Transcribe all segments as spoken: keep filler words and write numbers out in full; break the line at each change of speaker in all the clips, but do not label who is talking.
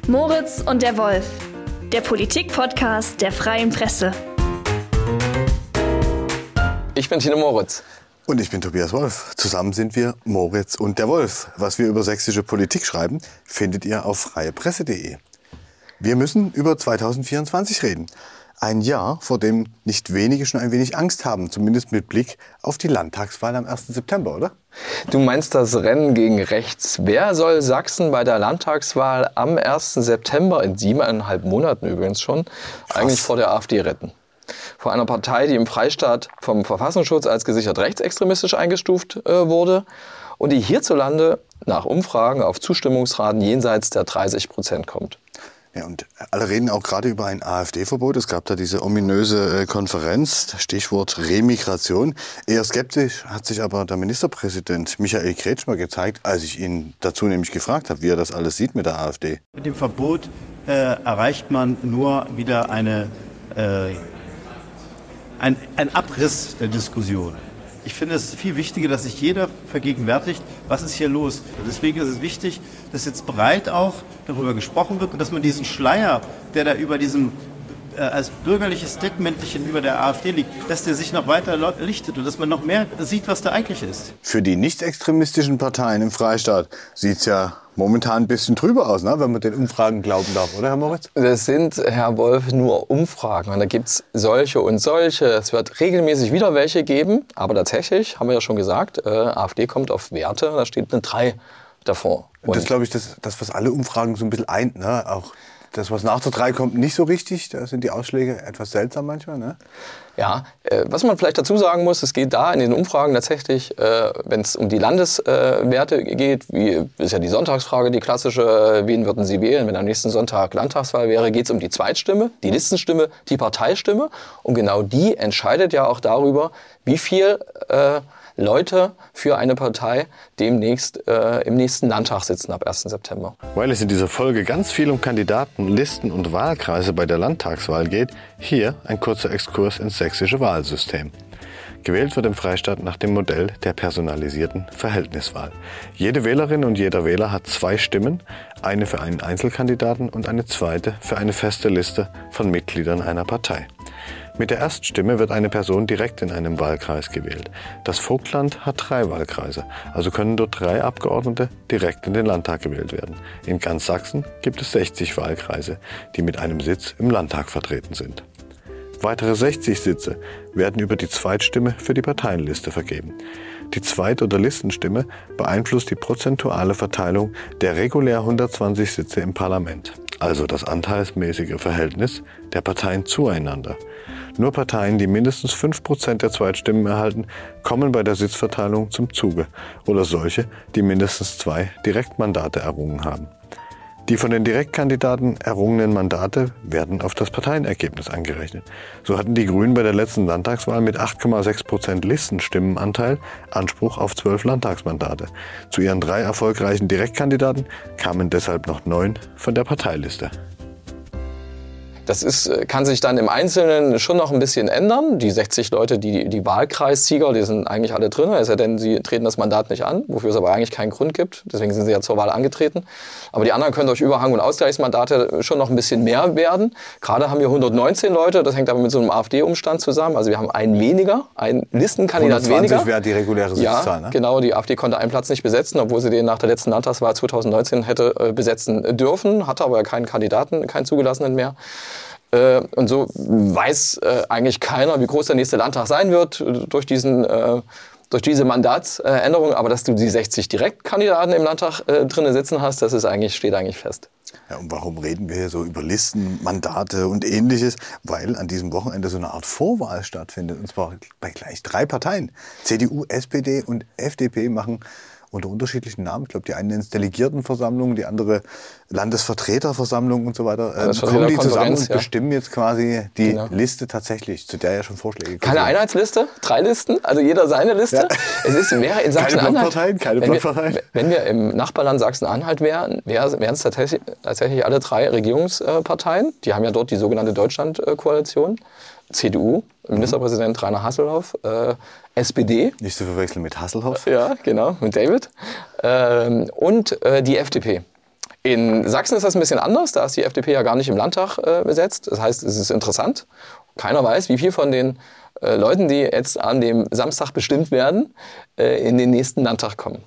Moritz und der Wolf, der Politik-Podcast der Freien Presse.
Ich bin Tino Moritz.
Und ich bin Tobias Wolf. Zusammen sind wir Moritz und der Wolf. Was wir über sächsische Politik schreiben, findet ihr auf freiepresse punkt de. Wir müssen über zweitausendvierundzwanzig reden. Ein Jahr, vor dem nicht wenige schon ein wenig Angst haben, zumindest mit Blick auf die Landtagswahl am ersten September, oder?
Du meinst das Rennen gegen rechts. Wer soll Sachsen bei der Landtagswahl am ersten September, in siebeneinhalb Monaten übrigens schon, Krass. eigentlich vor der AfD retten? Vor einer Partei, die im Freistaat vom Verfassungsschutz als gesichert rechtsextremistisch eingestuft äh, wurde und die hierzulande nach Umfragen auf Zustimmungsraten jenseits der dreißig Prozent kommt.
Ja, und alle reden auch gerade über ein AfD-Verbot. Es gab da diese ominöse äh, Konferenz, Stichwort Remigration. Eher skeptisch hat sich aber der Ministerpräsident Michael Kretschmer gezeigt, als ich ihn dazu nämlich gefragt habe, wie er das alles sieht mit der AfD.
Mit dem Verbot äh, erreicht man nur wieder eine, äh, ein, ein Abriss der Diskussion. Ich finde es viel wichtiger, dass sich jeder vergegenwärtigt, was ist hier los. Deswegen ist es wichtig, dass jetzt breit auch darüber gesprochen wird und dass man diesen Schleier, der da über diesem äh, als bürgerliches Deckmäntelchen über der AfD liegt, dass der sich noch weiter lichtet und dass man noch mehr sieht, was da eigentlich ist.
Für die nicht extremistischen Parteien im Freistaat sieht es ja momentan ein bisschen drüber aus, ne? Wenn man den Umfragen glauben darf, oder Herr Moritz?
Das sind, Herr Wolf, nur Umfragen. Und da gibt es solche und solche. Es wird regelmäßig wieder welche geben. Aber tatsächlich, haben wir ja schon gesagt, äh, AfD kommt auf Werte, da steht eine drei davor.
Und das glaube ich, das, das, was alle Umfragen so ein bisschen eint, ne? Auch das, was nach der drei kommt, nicht so richtig. Da sind die Ausschläge etwas seltsam manchmal, ne?
Ja, äh, was man vielleicht dazu sagen muss, es geht da in den Umfragen tatsächlich, äh, wenn es um die Landeswerte äh, geht, wie ist ja die Sonntagsfrage, die klassische, wen würden Sie wählen, wenn am nächsten Sonntag Landtagswahl wäre, geht es um die Zweitstimme, die Listenstimme, die Parteistimme. Und genau die entscheidet ja auch darüber, wie viel äh, Leute für eine Partei demnächst äh, im nächsten Landtag sitzen ab ersten September.
Weil es in dieser Folge ganz viel um Kandidaten, Listen und Wahlkreise bei der Landtagswahl geht, hier ein kurzer Exkurs ins sächsische Wahlsystem. Gewählt wird im Freistaat nach dem Modell der personalisierten Verhältniswahl. Jede Wählerin und jeder Wähler hat zwei Stimmen, eine für einen Einzelkandidaten und eine zweite für eine feste Liste von Mitgliedern einer Partei. Mit der Erststimme wird eine Person direkt in einem Wahlkreis gewählt. Das Vogtland hat drei Wahlkreise, also können dort drei Abgeordnete direkt in den Landtag gewählt werden. In ganz Sachsen gibt es sechzig Wahlkreise, die mit einem Sitz im Landtag vertreten sind. Weitere sechzig Sitze werden über die Zweitstimme für die Parteienliste vergeben. Die Zweit- oder Listenstimme beeinflusst die prozentuale Verteilung der regulär hundertzwanzig Sitze im Parlament, also das anteilsmäßige Verhältnis der Parteien zueinander. Nur Parteien, die mindestens fünf Prozent der Zweitstimmen erhalten, kommen bei der Sitzverteilung zum Zuge oder solche, die mindestens zwei Direktmandate errungen haben. Die von den Direktkandidaten errungenen Mandate werden auf das Parteienergebnis angerechnet. So hatten die Grünen bei der letzten Landtagswahl mit acht Komma sechs Prozent Listenstimmenanteil Anspruch auf zwölf Landtagsmandate. Zu ihren drei erfolgreichen Direktkandidaten kamen deshalb noch neun von der Parteiliste.
Das ist, kann sich dann im Einzelnen schon noch ein bisschen ändern. Die sechzig Leute, die, die Wahlkreissieger, die sind eigentlich alle drin. Es sei denn, sie treten das Mandat nicht an, wofür es aber eigentlich keinen Grund gibt. Deswegen sind sie ja zur Wahl angetreten. Aber die anderen können durch Überhang- und Ausgleichsmandate schon noch ein bisschen mehr werden. Gerade haben wir hundertneunzehn Leute, das hängt aber mit so einem AfD-Umstand zusammen. Also wir haben einen weniger, einen Listenkandidat weniger.
hundertzwanzig wäre die reguläre Sitzzahl,
ja,
ne?
Genau, die AfD konnte einen Platz nicht besetzen, obwohl sie den nach der letzten Landtagswahl zweitausendneunzehn hätte äh, besetzen dürfen, hatte aber keinen Kandidaten, keinen zugelassenen mehr. Äh, und so weiß äh, eigentlich keiner, wie groß der nächste Landtag sein wird äh, durch diesen äh, durch diese Mandatsänderung, aber dass du die sechzig Direktkandidaten im Landtag äh, drin sitzen hast, das ist eigentlich, steht eigentlich fest.
Ja, und warum reden wir hier so über Listen, Mandate und Ähnliches? Weil an diesem Wochenende so eine Art Vorwahl stattfindet, und zwar bei gleich drei Parteien. C D U, S P D und F D P machen unter unterschiedlichen Namen. Ich glaube, die einen nennen es Delegiertenversammlung, die andere Landesvertreterversammlung und so weiter. Ähm, kommen die zusammen und ja. bestimmen jetzt quasi die genau. Liste tatsächlich, zu der ja schon Vorschläge kommen.
Keine Einheitsliste, drei Listen, also jeder seine Liste. Ja. Es ist, wäre in Sachsen-Anhalt,
keine Blockparteien, keine
wenn,
Blockparteien.
Wir, wenn wir im Nachbarland Sachsen-Anhalt wären, wären es tatsächlich, tatsächlich alle drei Regierungsparteien. Die haben ja dort die sogenannte Deutschland-Koalition. C D U, Ministerpräsident mhm. Rainer Haseloff, äh, S P D.
Nicht zu verwechseln mit Hasselhoff.
Ja, genau, mit David. Ähm, und äh, die F D P. In Sachsen ist das ein bisschen anders, da ist die F D P ja gar nicht im Landtag äh, besetzt. Das heißt, es ist interessant. Keiner weiß, wie viel von den äh, Leuten, die jetzt an dem Samstag bestimmt werden, äh, in den nächsten Landtag kommen.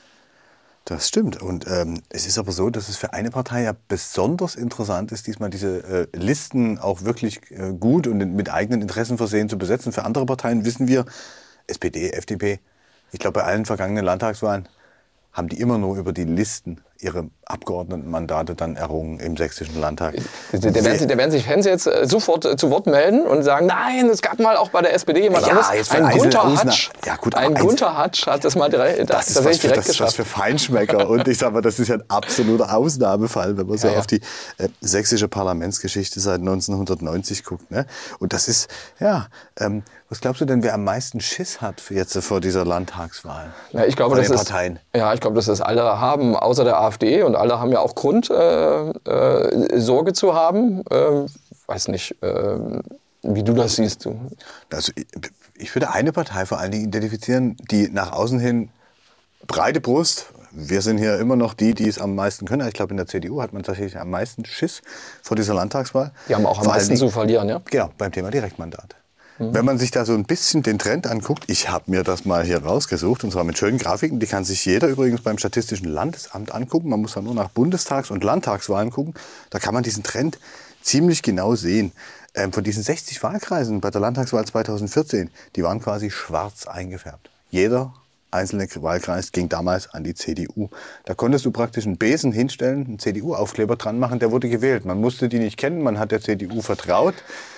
Das stimmt. Und ähm, es ist aber so, dass es für eine Partei ja besonders interessant ist, diesmal diese äh, Listen auch wirklich äh, gut und mit eigenen Interessen versehen zu besetzen. Für andere Parteien wissen wir, S P D, F D P, ich glaube bei allen vergangenen Landtagswahlen haben die immer nur über die Listen ihre Abgeordnetenmandate dann errungen im sächsischen Landtag.
Da werden, da werden sich Fans jetzt äh, sofort äh, zu Wort melden und sagen, nein, es gab mal auch bei der S P D jemand
ja,
anderes.
Jetzt
ein Gunter
Ausna-
Hatsch,
ja, gut,
ein
eins,
Gunter Hatsch hat das mal direkt,
das
das
ist was für,
direkt
das ist was
geschafft.
für Feinschmecker. Und ich sage mal, das ist ja ein absoluter Ausnahmefall, wenn man so
ja, ja.
auf die äh, sächsische Parlamentsgeschichte seit neunzehnhundertneunzig guckt. Ne? Und das ist, ja, ähm, was glaubst du denn, wer am meisten Schiss hat für jetzt vor dieser Landtagswahl?
Ja, ich glaube,
Von
das
den
ist,
Parteien.
Ja, ich glaube, dass das alle haben, außer der AfD. Und alle haben ja auch Grund, äh, äh, Sorge zu haben. Äh, weiß nicht, äh, wie du das siehst. Du.
Also ich, ich würde eine Partei vor allen Dingen identifizieren, die nach außen hin breite Brust. Wir sind hier immer noch die, die es am meisten können. Ich glaube, in der C D U hat man tatsächlich am meisten Schiss vor dieser Landtagswahl.
Die haben auch am
vor
meisten
Dingen,
zu verlieren, ja?
Genau, beim Thema Direktmandat. Wenn man sich da so ein bisschen den Trend anguckt, ich habe mir das mal hier rausgesucht, und zwar mit schönen Grafiken, die kann sich jeder übrigens beim Statistischen Landesamt angucken. Man muss dann nur nach Bundestags- und Landtagswahlen gucken. Da kann man diesen Trend ziemlich genau sehen. Ähm, von diesen sechzig Wahlkreisen bei der Landtagswahl zweitausendvierzehn, die waren quasi schwarz eingefärbt. Jeder einzelne Wahlkreis ging damals an die C D U. Da konntest du praktisch einen Besen hinstellen, einen C D U-Aufkleber dran machen, der wurde gewählt. Man musste die nicht kennen, man hat der C D U vertraut.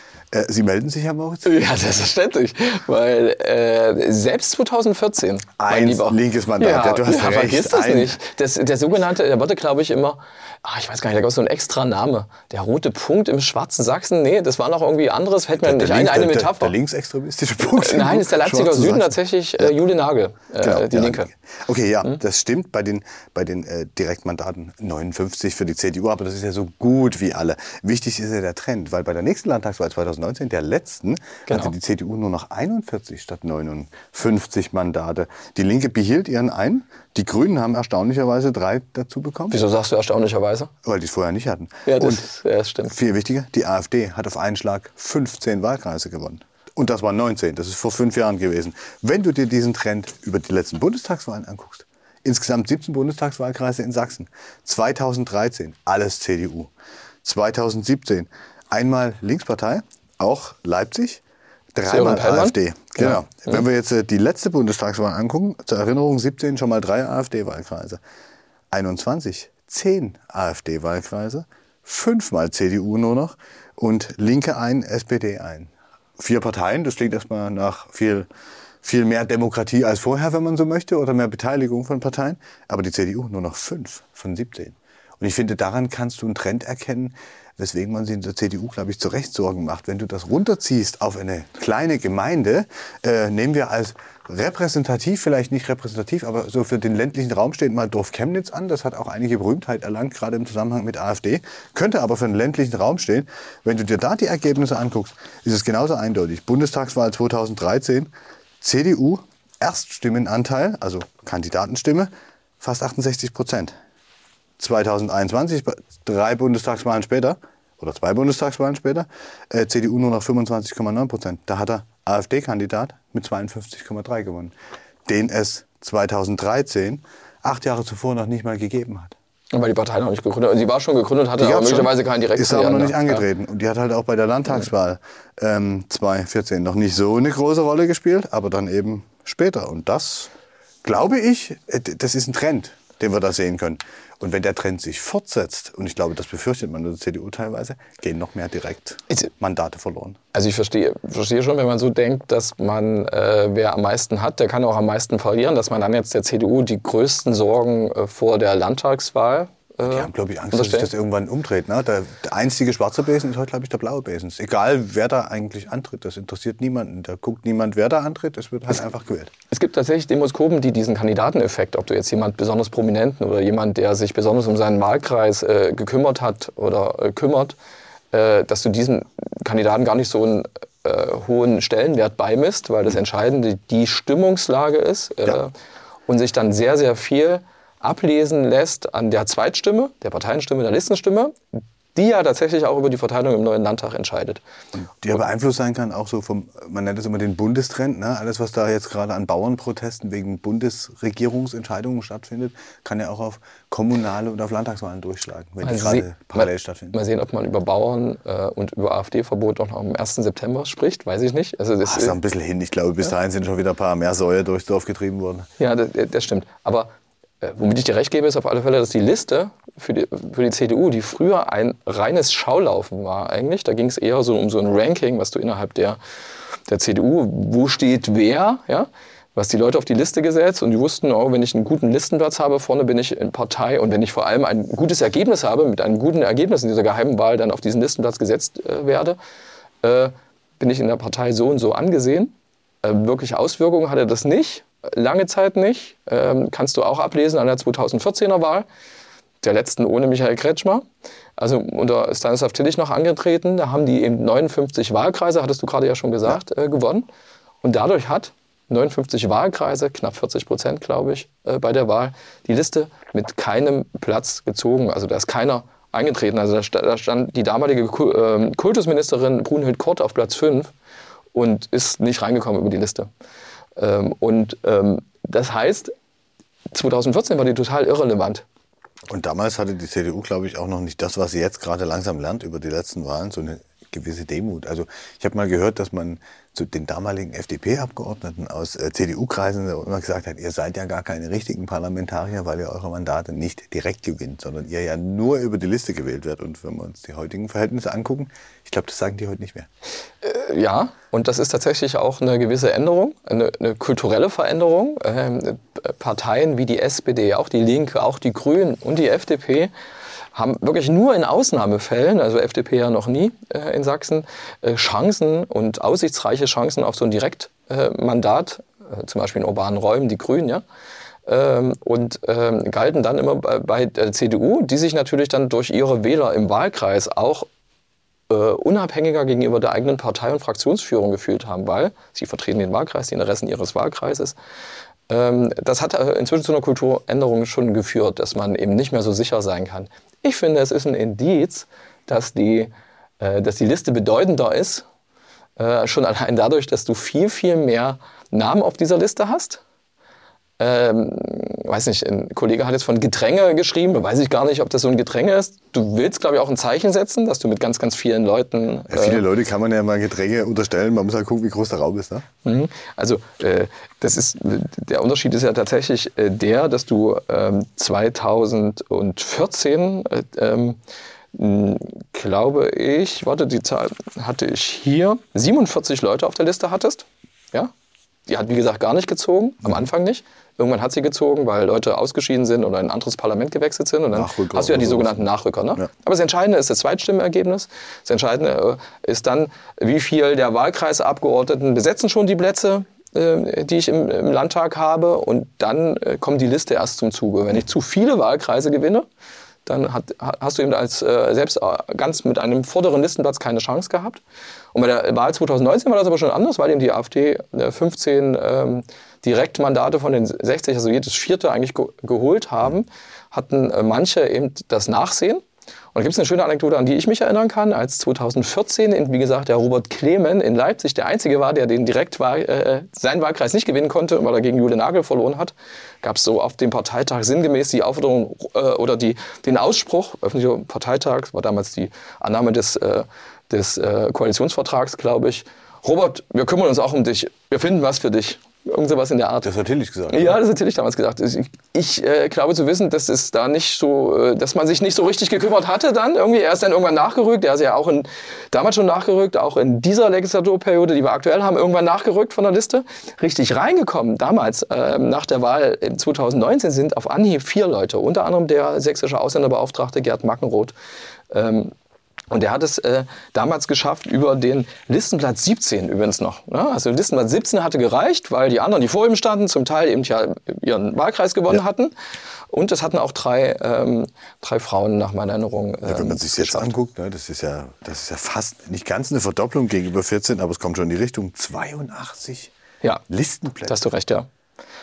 Sie melden sich, Herr Moritz?
Ja, selbstverständlich. Weil äh, selbst zweitausendvierzehn, mein
Ein
Lieber.
linkes Mandat,
ja,
ja, du hast
ja,
recht.
Vergiss das
Ein
nicht. Das, der sogenannte, der wurde, glaube ich, immer, ah, ich weiß gar nicht, da gab es so einen extra Name. Der rote Punkt im schwarzen Sachsen. Nee, das war noch irgendwie anderes, fällt mir
der,
nicht
der
ein,
links,
eine
der,
Metapher.
Der, der linksextremistische Punkt.
Nein, ist der Leipziger
Schwarzen
Süden
Sachsen.
tatsächlich äh, Jule Nagel, äh,
Genau,
die
ja.
Linke.
Okay, ja, hm? das stimmt bei den, bei den äh, Direktmandaten neunundfünfzig für die C D U, aber das ist ja so gut wie alle. Wichtig ist ja der Trend, weil bei der nächsten Landtagswahl zweitausendneunzehn, der letzten, genau, hatte die C D U nur noch einundvierzig statt neunundfünfzig Mandate. Die Linke behielt ihren einen, die Grünen haben erstaunlicherweise drei dazu bekommen.
Wieso sagst du erstaunlicherweise?
Weil die es vorher nicht hatten.
Ja, das,
Und
ja, das stimmt.
viel wichtiger, die AfD hat auf einen Schlag fünfzehn Wahlkreise gewonnen. Und das waren neunzehn, das ist vor fünf Jahren gewesen. Wenn du dir diesen Trend über die letzten Bundestagswahlen anguckst, insgesamt siebzehn Bundestagswahlkreise in Sachsen, zweitausenddreizehn alles C D U, zweitausendsiebzehn einmal Linkspartei, auch Leipzig, dreimal AfD. Genau. Ja. Wenn wir jetzt äh, die letzte Bundestagswahl angucken, zur Erinnerung siebzehn schon mal drei AfD-Wahlkreise, einundzwanzig zehn AfD-Wahlkreise, fünfmal C D U nur noch und Linke ein, S P D ein. Vier Parteien, das klingt erstmal nach viel, viel mehr Demokratie als vorher, wenn man so möchte, oder mehr Beteiligung von Parteien. Aber die C D U nur noch fünf von siebzehn. Und ich finde, daran kannst du einen Trend erkennen, weswegen man sich in der C D U, glaube ich, zu Recht Sorgen macht. Wenn du das runterziehst auf eine kleine Gemeinde, äh, nehmen wir als repräsentativ, vielleicht nicht repräsentativ, aber so für den ländlichen Raum steht mal Dorf Chemnitz an. Das hat auch einige Berühmtheit erlangt, gerade im Zusammenhang mit AfD. Könnte aber für den ländlichen Raum stehen. Wenn du dir da die Ergebnisse anguckst, ist es genauso eindeutig. Bundestagswahl zweitausenddreizehn, C D U, Erststimmenanteil, also Kandidatenstimme, fast achtundsechzig Prozent. zweitausendeinundzwanzig, drei Bundestagswahlen später, oder zwei Bundestagswahlen später, äh, C D U nur noch fünfundzwanzig Komma neun Prozent. Da hat der AfD-Kandidat mit zweiundfünfzig Komma drei gewonnen, den es zweitausenddreizehn, acht Jahre zuvor, noch nicht mal gegeben hat.
Weil die Partei noch nicht gegründet, sie war schon gegründet, hatte aber möglicherweise keinen direkten.
Ist aber noch nicht angetreten. Und die hat halt auch bei der Landtagswahl ähm, zweitausendvierzehn noch nicht so eine große Rolle gespielt, aber dann eben später. Und das, glaube ich, das ist ein Trend, den wir da sehen können. Und wenn der Trend sich fortsetzt, und ich glaube, das befürchtet man in der C D U teilweise, gehen noch mehr direkt Mandate verloren.
Also ich verstehe, verstehe schon, wenn man so denkt, dass man, äh, wer am meisten hat, der kann auch am meisten verlieren, dass man dann jetzt der C D U die größten Sorgen äh, vor der Landtagswahl äh,
Die haben, glaube ich, Angst, dass sich das irgendwann umdreht. Ne? Der, der einzige schwarze Besen ist heute, glaube ich, der blaue Besen. Ist egal, wer da eigentlich antritt, das interessiert niemanden. Da guckt niemand, wer da antritt, es wird halt es, einfach gewählt.
Es gibt tatsächlich Demoskopen, die diesen Kandidateneffekt, ob du jetzt jemand besonders Prominenten oder jemand, der sich besonders um seinen Wahlkreis äh, gekümmert hat oder äh, kümmert, äh, dass du diesen Kandidaten gar nicht so einen äh, hohen Stellenwert beimisst, weil das Entscheidende die Stimmungslage ist äh,
ja.
und sich dann sehr, sehr viel ablesen lässt an der Zweitstimme, der Parteienstimme, der Listenstimme, die ja tatsächlich auch über die Verteilung im neuen Landtag entscheidet.
Und die ja beeinflusst sein kann, auch so vom, man nennt es immer den Bundestrend, ne? Alles, was da jetzt gerade an Bauernprotesten wegen Bundesregierungsentscheidungen stattfindet, kann ja auch auf kommunale und auf Landtagswahlen durchschlagen, wenn die gerade parallel stattfinden.
Mal sehen, ob man über Bauern äh, und über AfD-Verbot auch noch am ersten September spricht, weiß ich nicht. Also das
Ach, ist noch ein bisschen hin. Ich glaube, bis dahin sind schon wieder ein paar mehr Säue durchs Dorf getrieben worden.
Ja, das, das stimmt. Aber äh, womit ich dir recht gebe, ist auf alle Fälle, dass die Liste für die, für die C D U, die früher ein reines Schaulaufen war eigentlich, da ging es eher so um so ein Ranking, was du innerhalb der, der C D U, wo steht wer, ja, was die Leute auf die Liste gesetzt und die wussten, oh, wenn ich einen guten Listenplatz habe, vorne bin ich in Partei und wenn ich vor allem ein gutes Ergebnis habe, mit einem guten Ergebnis in dieser geheimen Wahl dann auf diesen Listenplatz gesetzt äh, werde, äh, bin ich in der Partei so und so angesehen. Äh, wirklich Auswirkungen hatte das nicht, lange Zeit nicht, äh, kannst du auch ablesen an der zweitausendvierzehner Wahl. Der letzten ohne Michael Kretschmer, also unter Stanislav Tillich noch angetreten. Da haben die eben neunundfünfzig Wahlkreise, hattest du gerade ja schon gesagt, ja. äh, gewonnen. Und dadurch hat neunundfünfzig Wahlkreise, knapp vierzig Prozent, glaube ich, äh, bei der Wahl, die Liste mit keinem Platz gezogen. Also da ist keiner eingetreten. Also da stand, da stand die damalige äh, Kultusministerin Brunhild Kort auf Platz fünf und ist nicht reingekommen über die Liste. Ähm, und ähm, das heißt, zweitausendvierzehn war die total irrelevant.
Und damals hatte die C D U, glaube ich, auch noch nicht das, was sie jetzt gerade langsam lernt über die letzten Wahlen, so eine gewisse Demut. Also ich habe mal gehört, dass man zu den damaligen F D P-Abgeordneten aus äh, C D U-Kreisen immer gesagt hat, ihr seid ja gar keine richtigen Parlamentarier, weil ihr eure Mandate nicht direkt gewinnt, sondern ihr ja nur über die Liste gewählt werdet. Und wenn wir uns die heutigen Verhältnisse angucken, ich glaube, das sagen die heute nicht mehr.
Äh, ja, und das ist tatsächlich auch eine gewisse Änderung, eine, eine kulturelle Veränderung. Ähm, Parteien wie die S P D, auch die Linke, auch die Grünen und die F D P haben wirklich nur in Ausnahmefällen, also F D P ja noch nie äh, in Sachsen, äh, Chancen und aussichtsreiche Chancen auf so ein Direktmandat, äh, zum Beispiel in urbanen Räumen, die Grünen, ja, ähm, und ähm, galten dann immer bei, bei der C D U, die sich natürlich dann durch ihre Wähler im Wahlkreis auch äh, unabhängiger gegenüber der eigenen Partei- und Fraktionsführung gefühlt haben, weil sie vertreten den Wahlkreis, die Interessen ihres Wahlkreises. Ähm, das hat inzwischen zu einer Kulturänderung schon geführt, dass man eben nicht mehr so sicher sein kann. Ich finde, es ist ein Indiz, dass die, äh, dass die Liste bedeutender ist, äh, schon allein dadurch, dass du viel, viel mehr Namen auf dieser Liste hast. Ähm, weiß nicht, ein Kollege hat jetzt von Gedränge geschrieben, da weiß ich gar nicht, ob das so ein Gedränge ist. Du willst, glaube ich, auch ein Zeichen setzen, dass du mit ganz, ganz vielen Leuten...
Äh ja, viele Leute kann man ja mal Gedränge unterstellen, man muss halt gucken, wie groß der Raum ist. Ne?
Mhm. Also äh, das ist, der Unterschied ist ja tatsächlich äh, der, dass du ähm, zweitausendvierzehn, äh, ähm, glaube ich, warte, die Zahl hatte ich hier, siebenundvierzig Leute auf der Liste hattest, ja? Die hat, wie gesagt, gar nicht gezogen, am Anfang nicht. Irgendwann hat sie gezogen, weil Leute ausgeschieden sind oder in ein anderes Parlament gewechselt sind. Und dann Nachrücker hast du ja die sogenannten Nachrücker. Ne? Ja. Aber das Entscheidende ist das Zweitstimmenergebnis. Das Entscheidende ist dann, wie viel der Wahlkreisabgeordneten besetzen schon die Plätze, äh, die ich im, im Landtag habe. Und dann äh, kommt die Liste erst zum Zuge. Wenn ich zu viele Wahlkreise gewinne, dann hat, hast du eben als äh, selbst ganz mit einem vorderen Listenplatz keine Chance gehabt. Und bei der Wahl zweitausendneunzehn war das aber schon anders, weil eben die AfD äh, fünfzehn ähm, Direktmandate von den sechzig, also jedes vierte eigentlich ge geholt haben, hatten äh, manche eben das Nachsehen. Und da gibt es eine schöne Anekdote, an die ich mich erinnern kann, als zweitausendvierzehn, wie gesagt, der Robert Klemen in Leipzig der Einzige war, der den Direktwahl, äh, seinen Wahlkreis nicht gewinnen konnte, weil er gegen Jule Nagel verloren hat, gab es so auf dem Parteitag sinngemäß die Aufforderung äh, oder die, den Ausspruch, öffentlicher Parteitag, war damals die Annahme des, äh, des äh, Koalitionsvertrags, glaube ich, Robert, wir kümmern uns auch um dich, wir finden was für dich. Irgend sowas in der Art.
Das hat Tillich gesagt.
Ja, das hat Tillich damals gesagt. Ich, ich äh, glaube zu wissen, dass es da nicht so, äh, dass man sich nicht so richtig gekümmert hatte dann. Irgendwie, er ist dann irgendwann nachgerückt. Er ist ja auch in, damals schon nachgerückt, auch in dieser Legislaturperiode, die wir aktuell haben, irgendwann nachgerückt von der Liste. Richtig reingekommen damals, äh, nach der Wahl zweitausendneunzehn, sind auf Anhieb vier Leute. Unter anderem der sächsische Ausländerbeauftragte Gerd Mackenroth. Ähm, Und er hat es äh, damals geschafft über den Listenplatz siebzehn übrigens noch. Ne? Also Listenplatz siebzehn hatte gereicht, weil die anderen, die vor ihm standen, zum Teil eben ja ihren Wahlkreis gewonnen ja. hatten. Und das hatten auch drei, ähm, drei Frauen nach meiner Erinnerung. Ähm,
ja, wenn man sich jetzt anguckt, ne, das ist ja, das ist ja fast nicht ganz eine Verdopplung gegenüber vierzehn, aber es kommt schon in die Richtung zweiundachtzig
ja,
Listenplätze.
Da hast du recht, ja.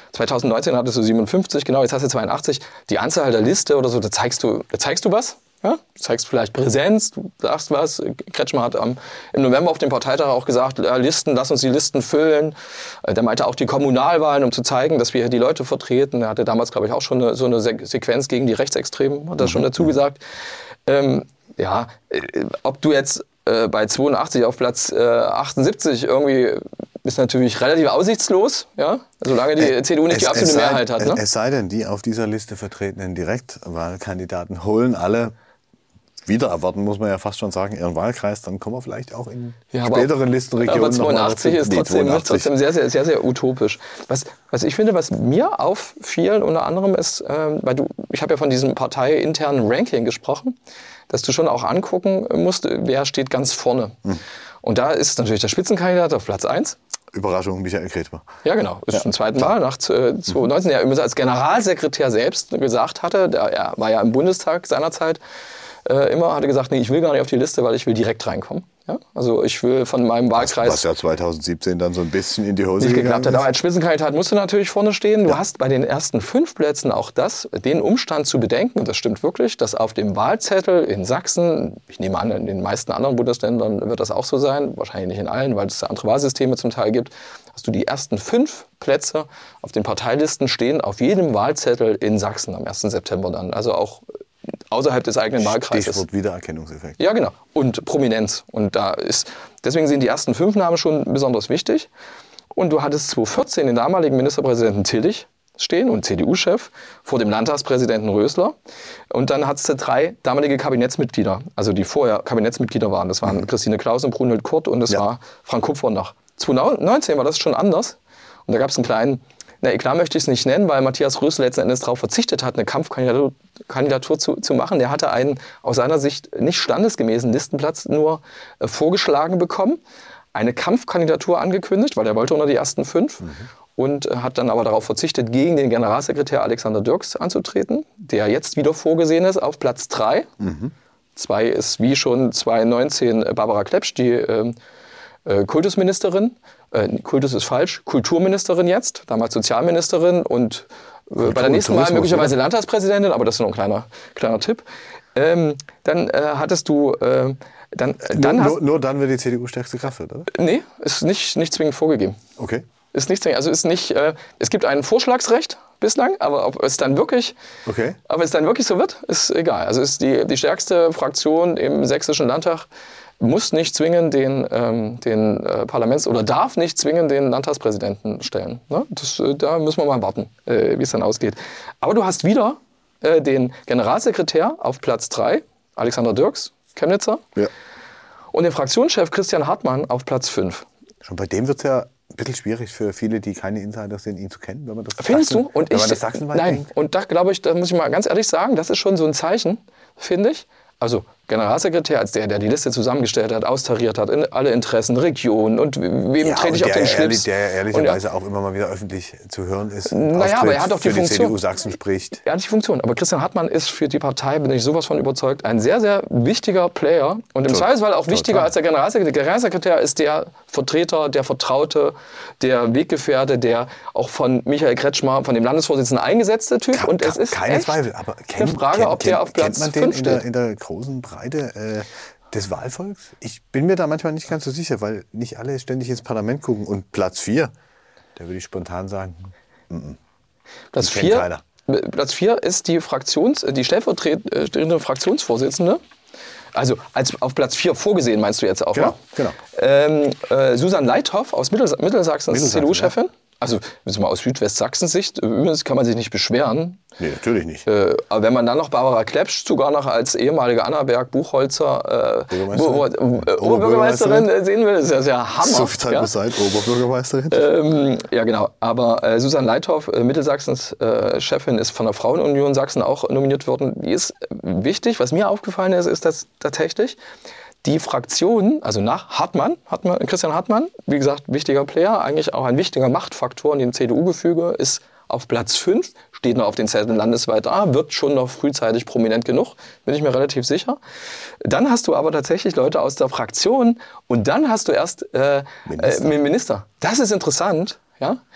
zweitausendneunzehn hattest du siebenundfünfzig, genau, jetzt hast du zweiundachtzig. Die Anzahl der Liste oder so, da zeigst du, da zeigst du was. Ja? Du zeigst vielleicht Präsenz, du sagst was. Kretschmer hat am, im November auf dem Parteitag auch gesagt, ja, Listen, lass uns die Listen füllen. Der meinte auch die Kommunalwahlen, um zu zeigen, dass wir hier die Leute vertreten. Er hatte damals, glaube ich, auch schon eine, so eine Sequenz gegen die Rechtsextremen, hat das schon dazu gesagt. Ähm, ja, ob du jetzt äh, bei zweiundachtzig auf Platz äh, achtundsiebzig irgendwie ist natürlich relativ aussichtslos, ja, solange die äh, C D U nicht es, die absolute sei, Mehrheit hat. Ne?
Es sei denn, die auf dieser Liste vertretenen Direktwahlkandidaten holen alle, wieder erwarten muss man ja fast schon sagen, ihren Wahlkreis, dann kommen wir vielleicht auch in ja, späteren aber, Listenregionen
aber zweiundachtzig noch mal ist trotzdem, nee, trotzdem sehr, sehr, sehr, sehr utopisch. Was, was ich finde, was mir auffiel unter anderem ist, äh, weil du, ich habe ja von diesem parteiinternen Ranking gesprochen, dass du schon auch angucken musst, wer steht ganz vorne. Hm. Und da ist natürlich der Spitzenkandidat auf Platz eins.
Überraschung, Michael Kretschmer.
Ja, genau. Ist ja. zum zweiten Mal nach äh, zweitausendneunzehn, der übrigens als Generalsekretär selbst gesagt hatte, der, er war ja im Bundestag seinerzeit, äh, immer hatte gesagt, nee, ich will gar nicht auf die Liste, weil ich will direkt reinkommen. Ja? Also ich will von meinem Wahlkreis...
Was ja zweitausendsiebzehn dann so ein bisschen in die Hose
nicht
gegangen
geklappt hat. Aber als Spitzenkandidat musst du natürlich vorne stehen. Du ja. hast bei den ersten fünf Plätzen auch das, den Umstand zu bedenken, und das stimmt wirklich, dass auf dem Wahlzettel in Sachsen, ich nehme an, in den meisten anderen Bundesländern wird das auch so sein, wahrscheinlich nicht in allen, weil es andere Wahlsysteme zum Teil gibt, hast du die ersten fünf Plätze auf den Parteilisten stehen, auf jedem Wahlzettel in Sachsen am ersten September dann. Also auch außerhalb des eigenen Wahlkreises.
Stichwort Wiedererkennungseffekt.
Ja, genau. Und Prominenz. Und da ist, deswegen sind die ersten fünf Namen schon besonders wichtig. Und du hattest zweitausendvierzehn den damaligen Ministerpräsidenten Tillich stehen und C D U-Chef vor dem Landtagspräsidenten Rösler. Und dann hattest du drei damalige Kabinettsmitglieder, also die vorher Kabinettsmitglieder waren. Das waren mhm. Christine Klaus und Brunhild Kurt und das ja. war Frank Kupfernoch. zweitausendneunzehn war das schon anders. Und da gab es einen kleinen, na klar möchte ich es nicht nennen, weil Matthias Rösler letzten Endes darauf verzichtet hat, eine Kampfkandidatur Kandidatur zu, zu machen. Der hatte einen aus seiner Sicht nicht standesgemäßen Listenplatz nur äh, vorgeschlagen bekommen, eine Kampfkandidatur angekündigt, weil er wollte unter die ersten fünf mhm. und äh, hat dann aber darauf verzichtet, gegen den Generalsekretär Alexander Dirks anzutreten, der jetzt wieder vorgesehen ist auf Platz drei. Mhm. Zwei ist wie schon zweitausendneunzehn Barbara Klepsch, die äh, äh, Kultusministerin. Äh, Kultus ist falsch, Kulturministerin jetzt, damals Sozialministerin und äh, bei der nächsten Wahl möglicherweise oder? Landtagspräsidentin, aber das ist nur ein kleiner, kleiner Tipp. Ähm, dann äh, hattest du... Äh, dann, äh, dann
nur,
hast,
nur, nur dann wird die C D U stärkste Kraft, oder?
Nee, ist nicht, nicht zwingend vorgegeben.
Okay.
Ist nicht zwingend, also ist nicht, äh, es gibt ein Vorschlagsrecht bislang, aber ob es dann wirklich,
okay.
ob es dann wirklich so wird, ist egal. Also ist die, die stärkste Fraktion im Sächsischen Landtag muss nicht zwingend den, ähm, den äh, Parlaments- oder darf nicht zwingend den Landtagspräsidenten stellen. Ne? Das, äh, da müssen wir mal warten, äh, wie es dann ausgeht. Aber du hast wieder äh, den Generalsekretär auf Platz drei, Alexander Dirks, Chemnitzer,
ja.
und den Fraktionschef Christian Hartmann auf Platz fünf.
Schon bei dem wird es ja ein bisschen schwierig für viele, die keine Insider sind, ihn zu kennen, wenn man das
Findest
Sachsen,
du? Und
wenn
ich,
man das Sachsenwald
nein,
denkt.
und da glaube ich, da muss ich mal ganz ehrlich sagen, das ist schon so ein Zeichen, finde ich. Also Generalsekretär als der, der die Liste zusammengestellt hat, austariert hat, in alle Interessen, Regionen und wem
ja,
trete ich auf den Schlips.
Der ehrlicherweise ja, auch immer mal wieder öffentlich zu hören ist.
Naja, aber er hat auch die
für
Funktion.
Die C D U Sachsen spricht.
Er hat die Funktion. Aber Christian Hartmann ist für die Partei, bin ich sowas von überzeugt, ein sehr, sehr wichtiger Player. Und im Zweifelsfall auch wichtiger Total. als der Generalsekretär. Der Generalsekretär ist der Vertreter, der Vertraute, der Weggefährte, der auch von Michael Kretschmer, von dem Landesvorsitzenden eingesetzte Typ.
Ka
und es ist
keine
echt
Zweifel. Aber kennt,
eine Frage,
kennt,
ob der auf Platz
kennt man den
fünf
in der,
steht.
in der großen Breite äh, des Wahlvolks? Ich bin mir da manchmal nicht ganz so sicher, weil nicht alle ständig ins Parlament gucken. Und Platz vier, da würde ich spontan sagen, m -m.
Platz vier, Platz vier ist die, Fraktions, die stellvertretende Fraktionsvorsitzende. Also als auf Platz vier vorgesehen, meinst du jetzt auch,
genau,
ne?
Genau.
Ähm, äh, Susan Leithoff aus Mittels Mittelsachsen,
Mittelsachsen
C D U-Chefin.
Ja.
Also mal aus Südwestsachsens Sicht, übrigens kann man sich nicht beschweren.
Nee, natürlich nicht.
Äh, aber wenn man dann noch Barbara Klepsch, sogar noch als ehemalige Annaberg-Buchholzer äh, Oberbürgermeisterin äh, sehen will, ist ja sehr Hammer.
So viel Zeit
ja?
muss sein, Oberbürgermeisterin.
Ähm, ja, genau. Aber äh, Susan Leithoff, äh, Mittelsachsens äh, Chefin, ist von der Frauenunion Sachsen auch nominiert worden. Die ist wichtig. Was mir aufgefallen ist, ist, dass tatsächlich die Fraktion, also nach Hartmann, Hartmann, Christian Hartmann, wie gesagt, wichtiger Player, eigentlich auch ein wichtiger Machtfaktor in dem C D U-Gefüge, ist auf Platz fünf, steht noch auf den Zetteln landesweit da, wird schon noch frühzeitig prominent genug, bin ich mir relativ sicher. Dann hast du aber tatsächlich Leute aus der Fraktion und dann hast du erst äh, Minister. Äh, Minister. Das ist interessant, ja.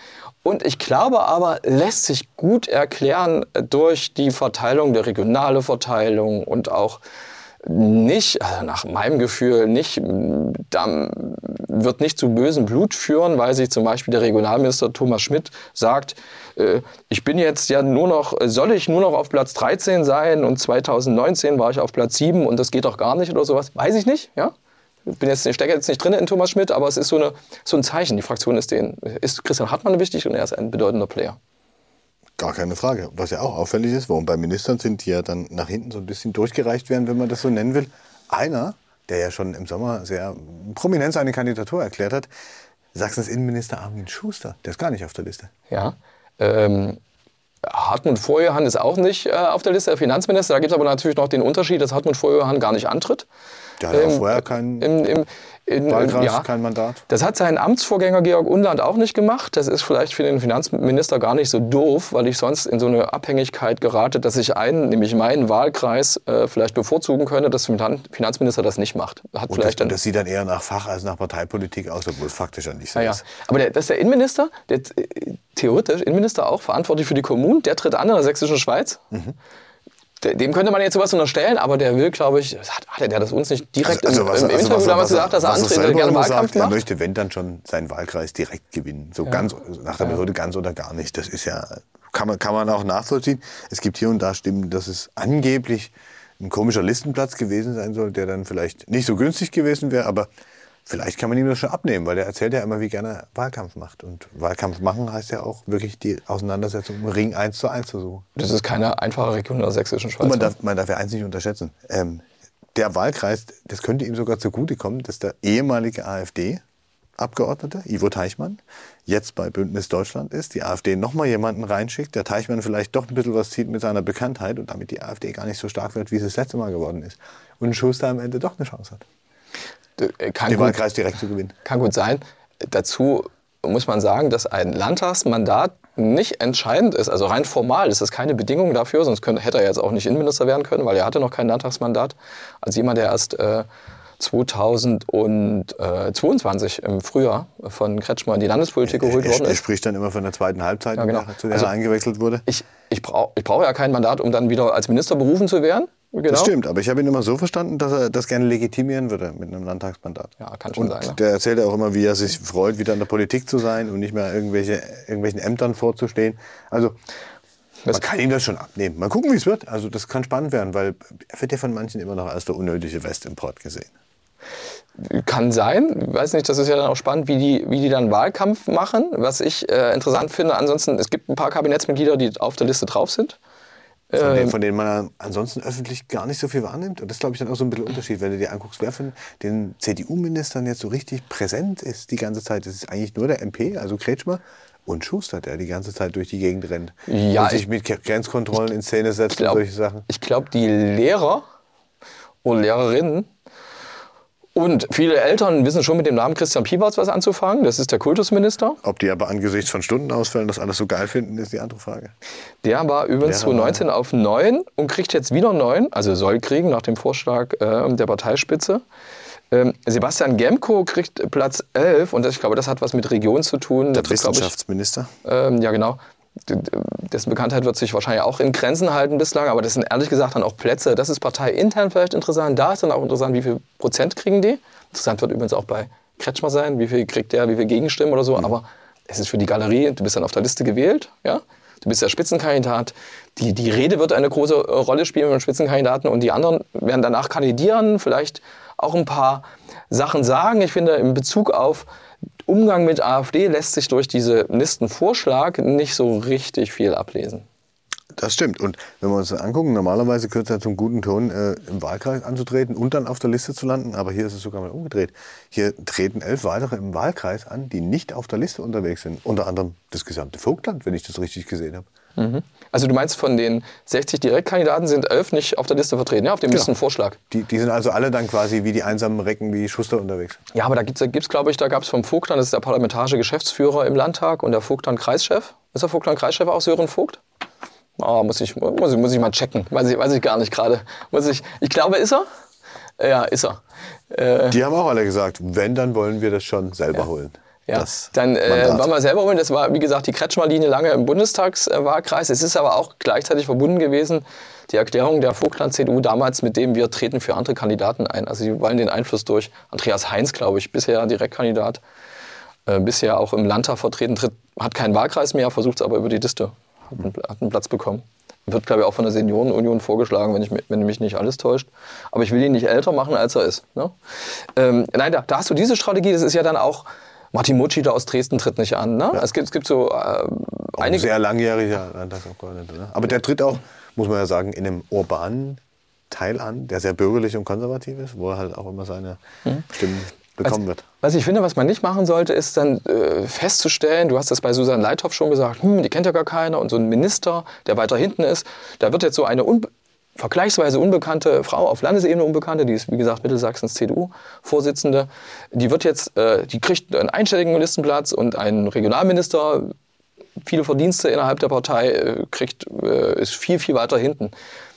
Und ich glaube aber, lässt sich gut erklären durch die Verteilung, der regionale Verteilung und auch nicht, also nach meinem Gefühl, nicht, da wird nicht zu bösem Blut führen, weil sich zum Beispiel der Regionalminister Thomas Schmidt sagt, äh, ich bin jetzt ja nur noch, soll ich nur noch auf Platz dreizehn sein und zweitausendneunzehn war ich auf Platz sieben und das geht doch gar nicht oder sowas. Weiß ich nicht, ja. Ich bin jetzt, ich stecke jetzt nicht drin in Thomas Schmidt, aber es ist so, eine, so ein Zeichen. Die Fraktion ist, den, ist Christian Hartmann wichtig und er ist ein bedeutender Player.
Gar keine Frage. Was ja auch auffällig ist, warum bei Ministern sind, die ja dann nach hinten so ein bisschen durchgereicht werden, wenn man das so nennen will. Einer, der ja schon im Sommer sehr prominent seine Kandidatur erklärt hat, Sachsens Innenminister Armin Schuster, der ist gar nicht auf der Liste.
Ja, ähm, Hartmut Vorjohann ist auch nicht äh, auf der Liste, der Finanzminister. Da gibt es aber natürlich noch den Unterschied, dass Hartmut Vorjohann gar nicht antritt.
Der hat ähm, auch vorher kein
im, im, in,
Wahlkreis,
ja,
kein Mandat.
Das hat sein Amtsvorgänger Georg Unland auch nicht gemacht. Das ist vielleicht für den Finanzminister gar nicht so doof, weil ich sonst in so eine Abhängigkeit gerate, dass ich einen, nämlich meinen Wahlkreis, äh, vielleicht bevorzugen könnte, dass der Finanzminister das nicht macht. Hat
und
vielleicht
das,
dann,
das sieht dann eher nach Fach als nach Parteipolitik aus, obwohl es faktisch ja nicht so
ja,
ist.
Ja. Aber der, das ist der Innenminister, der äh, theoretisch Innenminister auch verantwortlich für die Kommunen, der tritt an in der sächsischen Schweiz. Mhm. Dem könnte man jetzt sowas unterstellen, aber der will, glaube ich, hat, hat er das uns nicht direkt
also,
im,
also,
im
also,
Interview
was,
damals
was,
gesagt, dass er antritt, gerne Wahlkampf
sagt,
macht?
Er möchte, wenn dann schon, seinen Wahlkreis direkt gewinnen. So ja. ganz, nach der Methode ganz oder gar nicht. Das ist ja, kann man, kann man auch nachvollziehen. Es gibt hier und da Stimmen, dass es angeblich ein komischer Listenplatz gewesen sein soll, der dann vielleicht nicht so günstig gewesen wäre, aber vielleicht kann man ihm das schon abnehmen, weil er erzählt ja immer, wie gerne er Wahlkampf macht. Und Wahlkampf machen heißt ja auch wirklich die Auseinandersetzung im Ring eins zu eins zu suchen.
Das ist keine einfache Region in der sächsischen Schweiz.
Und man darf, man darf ja eins nicht unterschätzen. Ähm, der Wahlkreis, das könnte ihm sogar zugutekommen, dass der ehemalige AfD-Abgeordnete, Ivo Teichmann, jetzt bei Bündnis Deutschland ist, die AfD nochmal jemanden reinschickt, der Teichmann vielleicht doch ein bisschen was zieht mit seiner Bekanntheit und damit die AfD gar nicht so stark wird, wie es das letzte Mal geworden ist. Und Schuster am Ende doch eine Chance hat.
Kann
den
gut,
Wahlkreis direkt zu gewinnen.
Kann gut sein. Dazu muss man sagen, dass ein Landtagsmandat nicht entscheidend ist. Also rein formal ist das keine Bedingung dafür, sonst könnte, hätte er jetzt auch nicht Innenminister werden können, weil er hatte noch kein Landtagsmandat. Als jemand, der erst äh, zweitausendzweiundzwanzig im Frühjahr von Kretschmer in die Landespolitik geholt
er,
worden ist.
Er spricht dann immer von der zweiten Halbzeit,
ja, genau.
zu der
also,
er eingewechselt wurde.
Ich, ich brauche ich brauch ja kein Mandat, um dann wieder als Minister berufen zu werden. Genau.
Das stimmt, aber ich habe ihn immer so verstanden, dass er das gerne legitimieren würde mit einem Landtagsmandat.
Ja, kann schon
und
sein. Ne?
Der erzählt ja auch immer, wie er sich freut, wieder in der Politik zu sein und nicht mehr irgendwelche, irgendwelchen Ämtern vorzustehen. Also man kann ihm das schon abnehmen. Mal gucken, wie es wird. Also das kann spannend werden, weil er wird ja von manchen immer noch als der unnötige Westimport gesehen.
Kann sein. Ich weiß nicht, das ist ja dann auch spannend, wie die, wie die dann Wahlkampf machen. Was ich äh, interessant finde, ansonsten, es gibt ein paar Kabinettsmitglieder, die auf der Liste drauf sind.
Von denen, von denen man ansonsten öffentlich gar nicht so viel wahrnimmt. Und das ist, glaube ich, dann auch so ein bisschen Unterschied, wenn du dir anguckst, wer von den C D U-Ministern jetzt so richtig präsent ist die ganze Zeit. Das ist eigentlich nur der M P, also Kretschmer, und Schuster, der die ganze Zeit durch die Gegend rennt.
Ja,
und sich mit Grenzkontrollen in Szene setzt
glaub,
und solche Sachen.
Ich glaube, die Lehrer und Lehrerinnen und viele Eltern wissen schon mit dem Namen Christian Piepertz was anzufangen. Das ist der Kultusminister.
Ob die aber angesichts von Stundenausfällen das alles so geil finden, ist die andere Frage.
Der war übrigens zweitausendneunzehn auf neun und kriegt jetzt wieder neun, also soll kriegen nach dem Vorschlag äh, der Parteispitze. Ähm, Sebastian Gemko kriegt Platz elf und das, ich glaube, das hat was mit Region zu tun.
Der
das
Wissenschaftsminister.
Ich, ähm, ja, genau. Dessen Bekanntheit wird sich wahrscheinlich auch in Grenzen halten bislang, aber das sind ehrlich gesagt dann auch Plätze. Das ist parteiintern vielleicht interessant. Da ist dann auch interessant, wie viel Prozent kriegen die. Interessant wird übrigens auch bei Kretschmer sein, wie viel kriegt der, wie viel Gegenstimmen oder so. Mhm. Aber es ist für die Galerie, du bist dann auf der Liste gewählt, ja? Du bist der Spitzenkandidat. Die, die Rede wird eine große Rolle spielen mit dem Spitzenkandidaten und die anderen werden danach kandidieren, vielleicht auch ein paar Sachen sagen. Ich finde, in Bezug auf Umgang mit AfD lässt sich durch diese Listenvorschlag nicht so richtig viel ablesen.
Das stimmt. Und wenn wir uns das angucken, normalerweise gehört es ja zum guten Ton, äh, im Wahlkreis anzutreten und dann auf der Liste zu landen. Aber hier ist es sogar mal umgedreht. Hier treten elf weitere im Wahlkreis an, die nicht auf der Liste unterwegs sind. Unter anderem das gesamte Vogtland, wenn ich das richtig gesehen habe.
Mhm. Also du meinst, von den sechzig Direktkandidaten sind elf nicht auf der Liste vertreten, ja, auf dem
genau.
Listenvorschlag.
Die, die sind also alle dann quasi wie die einsamen Recken wie Schuster unterwegs.
Ja, aber da gibt es, gibt's, glaube ich, da gab es vom Vogtland, das ist der parlamentarische Geschäftsführer im Landtag und der Vogtland-Kreischef. Ist der Vogtland-Kreischef auch Sören Vogt? Oh, muss, ich, muss, ich, muss ich mal checken, weiß ich, weiß ich gar nicht gerade. Ich, ich glaube, ist er? Ja, ist er. Äh,
die haben auch alle gesagt, wenn, dann wollen wir das schon selber
ja.
holen.
Ja,
das
dann äh,
Mandat.
waren wir selber holen. Das war, wie gesagt, die Kretschmer-Linie lange im Bundestagswahlkreis. Es ist aber auch gleichzeitig verbunden gewesen, die Erklärung der Vogtland-C D U damals, mit dem wir treten für andere Kandidaten ein. Also sie wollen den Einfluss durch Andreas Heinz, glaube ich, bisher Direktkandidat, äh, bisher auch im Landtag vertreten, tritt, hat keinen Wahlkreis mehr, versucht es aber über die Liste, hat einen, hat einen Platz bekommen. Wird, glaube ich, auch von der Seniorenunion vorgeschlagen, wenn, ich, wenn mich nicht alles täuscht. Aber ich will ihn nicht älter machen, als er ist. Ne? Ähm, nein, da, da hast du diese Strategie, das ist ja dann auch, Martin Mutschida aus Dresden tritt nicht an. Ne? Ja. Es, gibt, es gibt so äh, einige...
Ein sehr langjähriger Landtagsabgeordneter. Ne? Aber der tritt auch, muss man ja sagen, in einem urbanen Teil an, der sehr bürgerlich und konservativ ist, wo er halt auch immer seine mhm. Stimmen bekommen wird.
Was ich finde, was man nicht machen sollte, ist dann äh, festzustellen, du hast das bei Susanne Leithoff schon gesagt, hm, die kennt ja gar keiner, und so ein Minister, der weiter hinten ist, da wird jetzt so eine unbe- vergleichsweise unbekannte Frau, auf Landesebene unbekannte, die ist, wie gesagt, Mittelsachsens C D U-Vorsitzende, die wird jetzt, äh, die kriegt einen einstelligen Listenplatz und ein Regionalminister, viele Verdienste innerhalb der Partei, äh, kriegt, äh, ist viel, viel weiter hinten.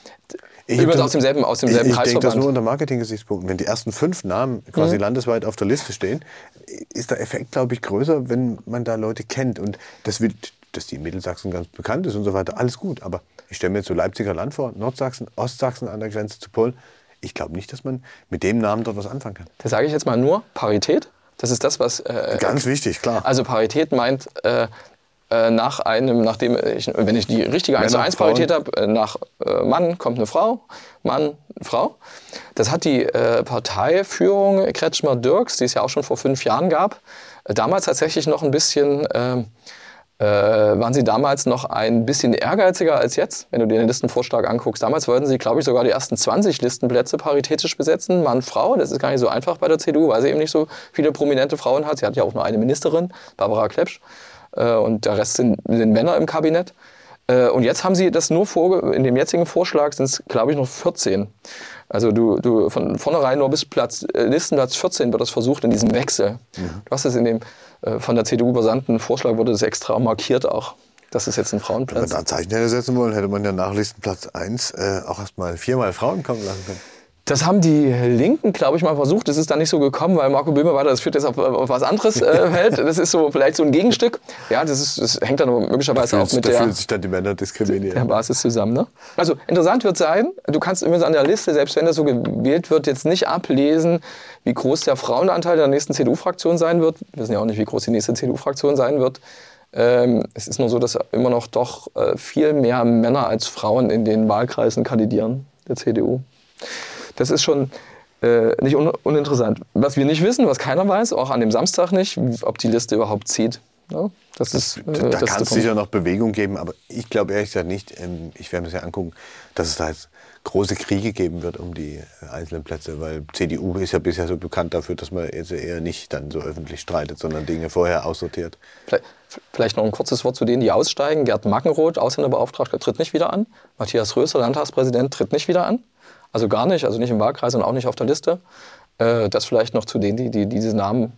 Ich Übrigens aus demselben, aus demselben
ich, ich denke das
Kreisverband.
nur unter Marketing-Gesichtspunkten. Wenn die ersten fünf Namen quasi
Mhm.
landesweit auf der Liste stehen, ist der Effekt, glaube ich, größer, wenn man da Leute kennt. Und das wird, dass die in Mittelsachsen ganz bekannt ist und so weiter, alles gut. Aber ich stelle mir jetzt so Leipziger Land vor, Nordsachsen, Ostsachsen an der Grenze zu Polen. Ich glaube nicht, dass man mit dem Namen dort was anfangen kann.
Da sage ich jetzt mal nur Parität. Das ist das, was... Äh,
ganz wichtig, klar.
Also Parität meint... Äh, nach einem, nachdem ich, wenn ich die richtige eins zu eins Parität habe, nach äh, Mann kommt eine Frau, Mann, Frau. Das hat die äh, Parteiführung Kretschmer-Dürks, die es ja auch schon vor fünf Jahren gab, äh, damals tatsächlich noch ein bisschen, äh, äh, waren sie damals noch ein bisschen ehrgeiziger als jetzt, wenn du dir den Listenvorschlag anguckst. Damals wollten sie, glaube ich, sogar die ersten zwanzig Listenplätze paritätisch besetzen, Mann, Frau. Das ist gar nicht so einfach bei der C D U, weil sie eben nicht so viele prominente Frauen hat. Sie hat ja auch nur eine Ministerin, Barbara Klepsch. Und der Rest sind, sind Männer im Kabinett. Und jetzt haben sie das nur vorge- in dem jetzigen Vorschlag sind es, glaube ich, noch vierzehn. Also du, du von vornherein nur bis Platz, Listenplatz vierzehn wird das versucht in diesem Wechsel. Mhm. Du hast es in dem von der C D U übersandten Vorschlag, wurde das extra markiert auch. Das ist jetzt ein Frauenplatz.
Wenn wir da Zeichen hätte setzen wollen, hätte man ja nach Listenplatz eins äh, auch erst mal viermal Frauen kommen lassen können.
Das haben die Linken, glaube ich, mal versucht. Das ist dann nicht so gekommen, weil Marco Böhme weiter, das führt jetzt auf, auf was anderes äh, fällt. Das ist so vielleicht so ein Gegenstück. Ja, das, ist, das hängt dann möglicherweise
da
auch mit
da
der,
fühlen sich dann die Männer diskriminiert.
der Basis zusammen. Ne? Also interessant wird sein, du kannst übrigens an der Liste, selbst wenn das so gewählt wird, jetzt nicht ablesen, wie groß der Frauenanteil der nächsten C D U-Fraktion sein wird. Wir wissen ja auch nicht, wie groß die nächste C D U-Fraktion sein wird. Ähm, es ist nur so, dass immer noch doch äh, viel mehr Männer als Frauen in den Wahlkreisen kandidieren, der C D U. Das ist schon äh, nicht un- uninteressant. Was wir nicht wissen, was keiner weiß, auch an dem Samstag nicht, ob die Liste überhaupt zieht. Ja, das ist, äh,
da
das
kann es
ist
sicher noch Bewegung geben, aber ich glaube ehrlich gesagt nicht, ähm, ich werde mir das ja angucken, dass es da jetzt große Kriege geben wird um die äh, einzelnen Plätze, weil C D U ist ja bisher so bekannt dafür, dass man jetzt eher nicht dann so öffentlich streitet, sondern Dinge vorher aussortiert.
Vielleicht, vielleicht noch ein kurzes Wort zu denen, die aussteigen. Gerd Mackenroth, Ausländerbeauftragter, tritt nicht wieder an. Matthias Röser, Landtagspräsident, tritt nicht wieder an. Also gar nicht, also nicht im Wahlkreis und auch nicht auf der Liste. Äh, das vielleicht noch zu denen, die, die diese Namen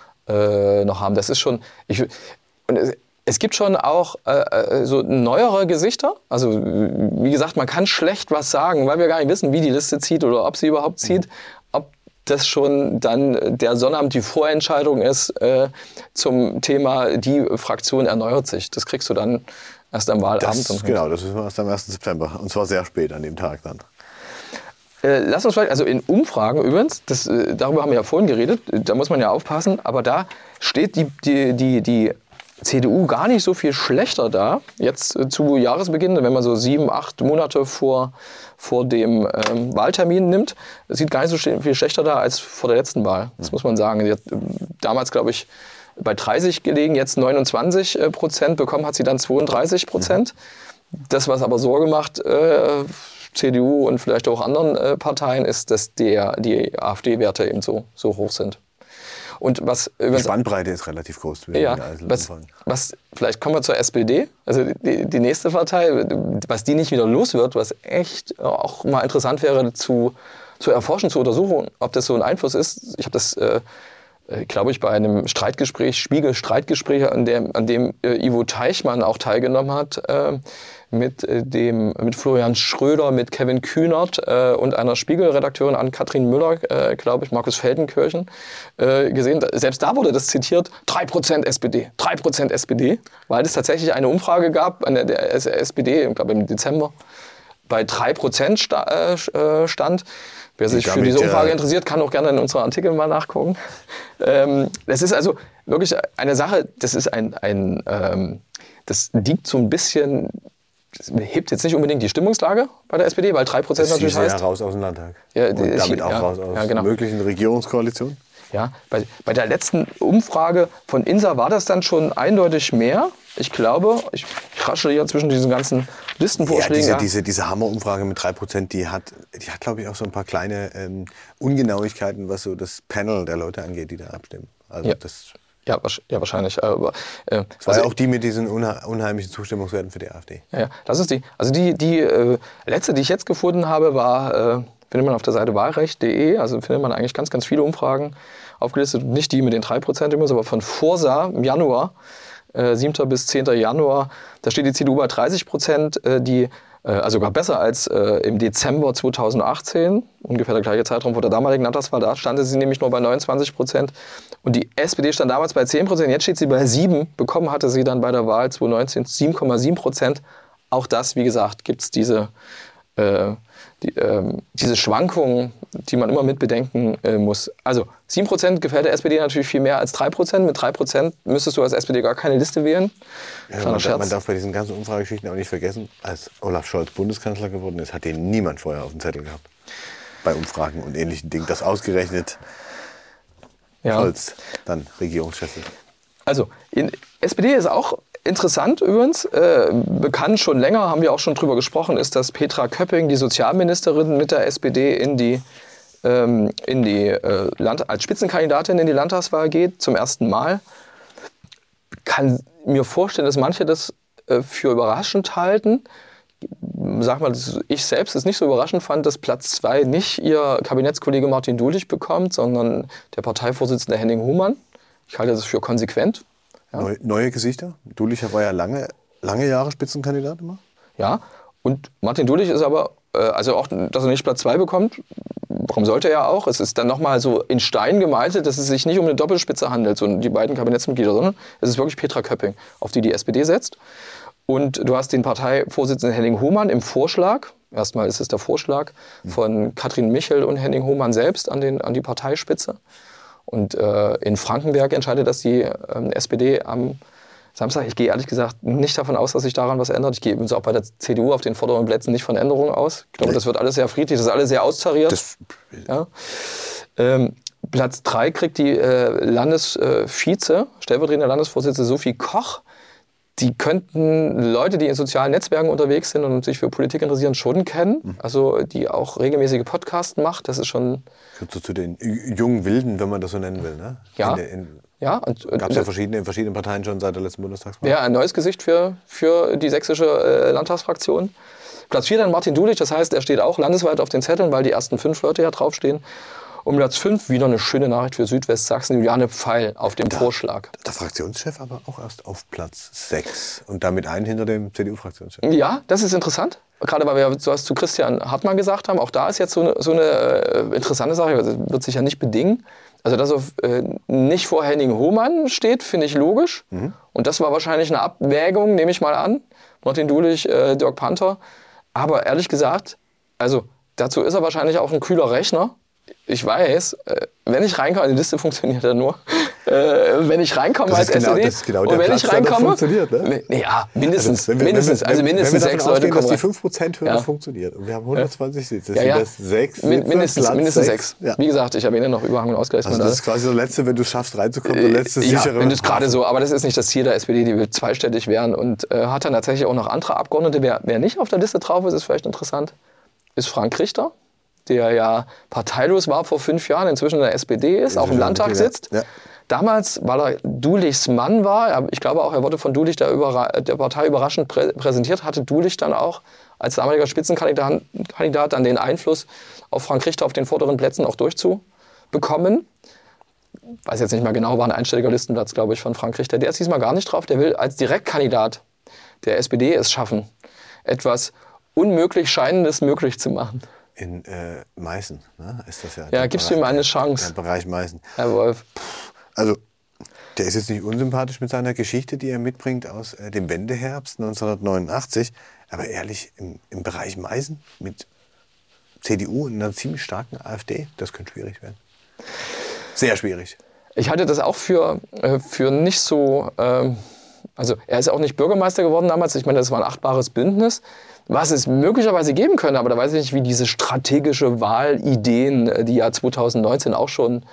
äh, noch haben. Das ist schon... Ich, und es, es gibt schon auch äh, so neuere Gesichter. Also wie gesagt, man kann schlecht was sagen, weil wir gar nicht wissen, wie die Liste zieht oder ob sie überhaupt zieht. Ob das schon dann der Sonnabend die Vorentscheidung ist äh, zum Thema, die Fraktion erneuert sich. Das kriegst du dann erst am Wahlabend.
Das, genau, das ist erst am ersten September. Und zwar sehr spät an dem Tag dann.
Äh, lass uns vielleicht, also in Umfragen übrigens, das, äh, darüber haben wir ja vorhin geredet, da muss man ja aufpassen, aber da steht die, die, die, die C D U gar nicht so viel schlechter da, jetzt äh, zu Jahresbeginn, wenn man so sieben, acht Monate vor, vor dem ähm, Wahltermin nimmt, das sieht gar nicht so viel schlechter da als vor der letzten Wahl. Das muss man sagen. Die hat äh, damals, glaube ich, bei dreißig gelegen, jetzt neunundzwanzig Prozent, bekommen hat sie dann zweiunddreißig Prozent. Das, was aber Sorge macht, äh, C D U und vielleicht auch anderen äh, Parteien, ist, dass der, die AfD-Werte eben so, so hoch sind. Und was,
die Spannbreite ist relativ groß.
Ja, was, was, vielleicht kommen wir zur S P D, also die, die nächste Partei, was die nicht wieder los wird, was echt auch mal interessant wäre zu, zu erforschen, zu untersuchen, ob das so ein Einfluss ist. Ich habe das, äh, glaube ich, bei einem Streitgespräch, Spiegel-Streitgespräch, an dem, an dem äh, Ivo Teichmann auch teilgenommen hat, äh, mit, äh, dem, mit Florian Schröder, mit Kevin Kühnert äh, und einer Spiegel-Redakteurin Ann-Kathrin Müller, äh, glaube ich, Markus Feldenkirchen, äh, gesehen. Selbst da wurde das zitiert, drei Prozent S P D, drei Prozent S P D, weil es tatsächlich eine Umfrage gab an der, der S P D, ich glaube im Dezember, bei drei Prozent sta- äh, stand. Wer sich für diese Umfrage interessiert, kann auch gerne in unserem Artikel mal nachgucken. Ähm, das ist also wirklich eine Sache, das ist ein, ein ähm, das liegt so ein bisschen, das hebt jetzt nicht unbedingt die Stimmungslage bei der S P D, weil drei Prozent natürlich heißt...
ja raus aus dem Landtag.
Ja,
und damit
ist,
auch
ja,
raus aus
ja, genau.
möglichen Regierungskoalitionen.
Ja, bei, bei der letzten Umfrage von INSA war das dann schon eindeutig mehr. Ich glaube, ich, ich raschle hier zwischen diesen ganzen Listenvorschlägen.
Ja, diese,
ja.
diese, diese Hammerumfrage mit drei Prozent, die hat, die hat glaube ich, auch so ein paar kleine ähm, Ungenauigkeiten, was so das Panel der Leute angeht, die da abstimmen. Also
Ja.
das,
Ja, ja, wahrscheinlich. Aber, äh,
das war
also,
ja auch die mit diesen unha- unheimlichen Zustimmungswerten für die AfD.
Ja, ja, das ist die. Also die, die äh, letzte, die ich jetzt gefunden habe, war, äh, findet man auf der Seite wahlrecht punkt de. Also findet man eigentlich ganz, ganz viele Umfragen aufgelistet. Nicht die mit den drei Prozent übrigens, aber von Forsa im Januar, äh, siebten bis zehnten Januar. Da steht die C D U bei dreißig Prozent, äh, die äh, also sogar besser als äh, im Dezember zweitausendachtzehn, ungefähr der gleiche Zeitraum vor der damaligen Landtagswahl. Da stand sie nämlich nur bei neunundzwanzig Prozent. Und die S P D stand damals bei zehn Prozent, jetzt steht sie bei sieben. Bekommen hatte sie dann bei der Wahl zweitausendneunzehn sieben Komma sieben Prozent. Auch das, wie gesagt, gibt es diese, äh, die, äh, diese Schwankungen, die man immer mit bedenken äh, muss. Also sieben Prozent gefällt der S P D natürlich viel mehr als drei Prozent. Mit drei Prozent müsstest du als S P D gar keine Liste wählen.
Ja, man, man darf bei diesen ganzen Umfragegeschichten auch nicht vergessen, als Olaf Scholz Bundeskanzler geworden ist, hat den niemand vorher auf dem Zettel gehabt. Bei Umfragen und ähnlichen Dingen. Das ausgerechnet
Ja.
Scholz dann Regierungschef ist.
Also, in S P D ist auch interessant übrigens, äh, bekannt schon länger, haben wir auch schon drüber gesprochen, ist, dass Petra Köpping, die Sozialministerin, mit der S P D in die, ähm, in die äh, Land- als Spitzenkandidatin in die Landtagswahl geht, zum ersten Mal. Kann mir vorstellen, dass manche das äh, für überraschend halten. Sag mal, ich selbst es nicht so überraschend fand, dass Platz zwei nicht ihr Kabinettskollege Martin Dulich bekommt, sondern der Parteivorsitzende Henning Humann. Ich halte das für konsequent. Ja.
Neu, neue Gesichter? Dulicher war ja lange, lange Jahre Spitzenkandidat immer.
Ja, und Martin Dulich ist aber, äh, also auch, dass er nicht Platz zwei bekommt, warum sollte er auch? Es ist dann nochmal so in Stein gemeißelt, dass es sich nicht um eine Doppelspitze handelt, so die beiden Kabinettsmitglieder, sondern es ist wirklich Petra Köpping, auf die die S P D setzt. Und du hast den Parteivorsitzenden Henning Humann im Vorschlag. Erstmal ist es der Vorschlag von Katrin Michel und Henning Humann selbst an, den, an die Parteispitze. Und äh, in Frankenberg entscheidet das die äh, S P D am Samstag. Ich gehe ehrlich gesagt nicht davon aus, dass sich daran was ändert. Ich gehe übrigens auch bei der C D U auf den vorderen Plätzen nicht von Änderungen aus. Ich glaube, nee. Das wird alles sehr friedlich, das ist alles sehr austariert. Das ja. ähm, Platz drei kriegt die äh, Landesvize, äh, stellvertretende Landesvorsitzende Sophie Koch. Die könnten Leute, die in sozialen Netzwerken unterwegs sind und sich für Politik interessieren, schon kennen. Also die auch regelmäßige Podcasts macht. Das ist schon...
So zu den jungen Wilden, wenn man das so nennen will, ne?
Ja.
In, in,
ja
Gab es ja verschiedene, in verschiedenen Parteien schon seit der letzten Bundestagswahl.
Ja, ein neues Gesicht für, für die sächsische äh, Landtagsfraktion. Platz vier dann Martin Dulich. Das heißt, er steht auch landesweit auf den Zetteln, weil die ersten fünf Leute ja draufstehen. Um Platz fünf wieder eine schöne Nachricht für Südwestsachsen, Juliane Pfeil auf dem
da,
Vorschlag.
Der Fraktionschef aber auch erst auf Platz sechs und damit einen hinter dem C D U-Fraktionschef.
Ja, das ist interessant. Gerade weil wir sowas zu Christian Hartmann gesagt haben. Auch da ist jetzt so eine, so eine äh, interessante Sache. Das wird sich ja nicht bedingen. Also dass er äh, nicht vor Henning Humann steht, finde ich logisch. Mhm. Und das war wahrscheinlich eine Abwägung, nehme ich mal an. Martin Dulich, äh, Dirk Panther. Aber ehrlich gesagt, also dazu ist er wahrscheinlich auch ein kühler Rechner. Ich weiß, wenn ich reinkomme, die Liste funktioniert ja nur, wenn ich reinkomme als
genau,
S E D
das ist genau
und
der
wenn
Platz,
ich reinkomme,
funktioniert, ne?
Ja, mindestens,
also, wenn wir,
mindestens,
wenn wir,
also mindestens
wenn wir
sechs Leute
ausgehen,
kommen.
Dass die fünf Prozent Hürde
ja.
funktioniert und wir haben hundertzwanzig Sitze,
ja, ja.
das sechs Sitze,
mindestens,
Platz
mindestens
sechs.
sechs.
Ja.
Wie gesagt, ich erwähne noch Überhang und Ausgleichsmandat.
Also das ist quasi der letzte, wenn du es schaffst reinzukommen, der letzte
ja,
sichere.
wenn das gerade so, aber das ist nicht das Ziel der S P D, die will zweistellig werden und äh, hat dann tatsächlich auch noch andere Abgeordnete. Wer, wer nicht auf der Liste drauf ist, ist vielleicht interessant, ist Frank Richter, der ja parteilos war vor fünf Jahren, inzwischen in der S P D ist, auch im Landtag sitzt. Ja. Damals, weil er Dulichs Mann war, ich glaube auch, er wurde von Dulich der, Überra- der Partei überraschend prä- präsentiert, hatte Dulich dann auch als damaliger Spitzenkandidat Kandidat dann den Einfluss auf Frank Richter auf den vorderen Plätzen auch durchzubekommen. Ich weiß jetzt nicht mehr genau, war ein einstelliger Listenplatz, glaube ich, von Frank Richter. Der ist diesmal gar nicht drauf, der will als Direktkandidat der S P D es schaffen, etwas unmöglich Scheinendes möglich zu machen.
In äh, Meißen, ne? Ist das ja.
Ja, gibst du ihm eine Chance.
Der Bereich Meißen.
Herr Wolf.
Also, der ist jetzt nicht unsympathisch mit seiner Geschichte, die er mitbringt aus äh, dem Wendeherbst neunzehnhundertneunundachtzig. Aber ehrlich, im, im Bereich Meißen mit C D U und einer ziemlich starken AfD, das könnte schwierig werden. Sehr schwierig.
Ich halte das auch für, äh, für nicht so... Ähm, also er ist auch nicht Bürgermeister geworden damals. Ich meine, das war ein achtbares Bündnis. Was es möglicherweise geben könnte, aber da weiß ich nicht, wie diese strategische Wahlideen, die ja zweitausendneunzehn auch schon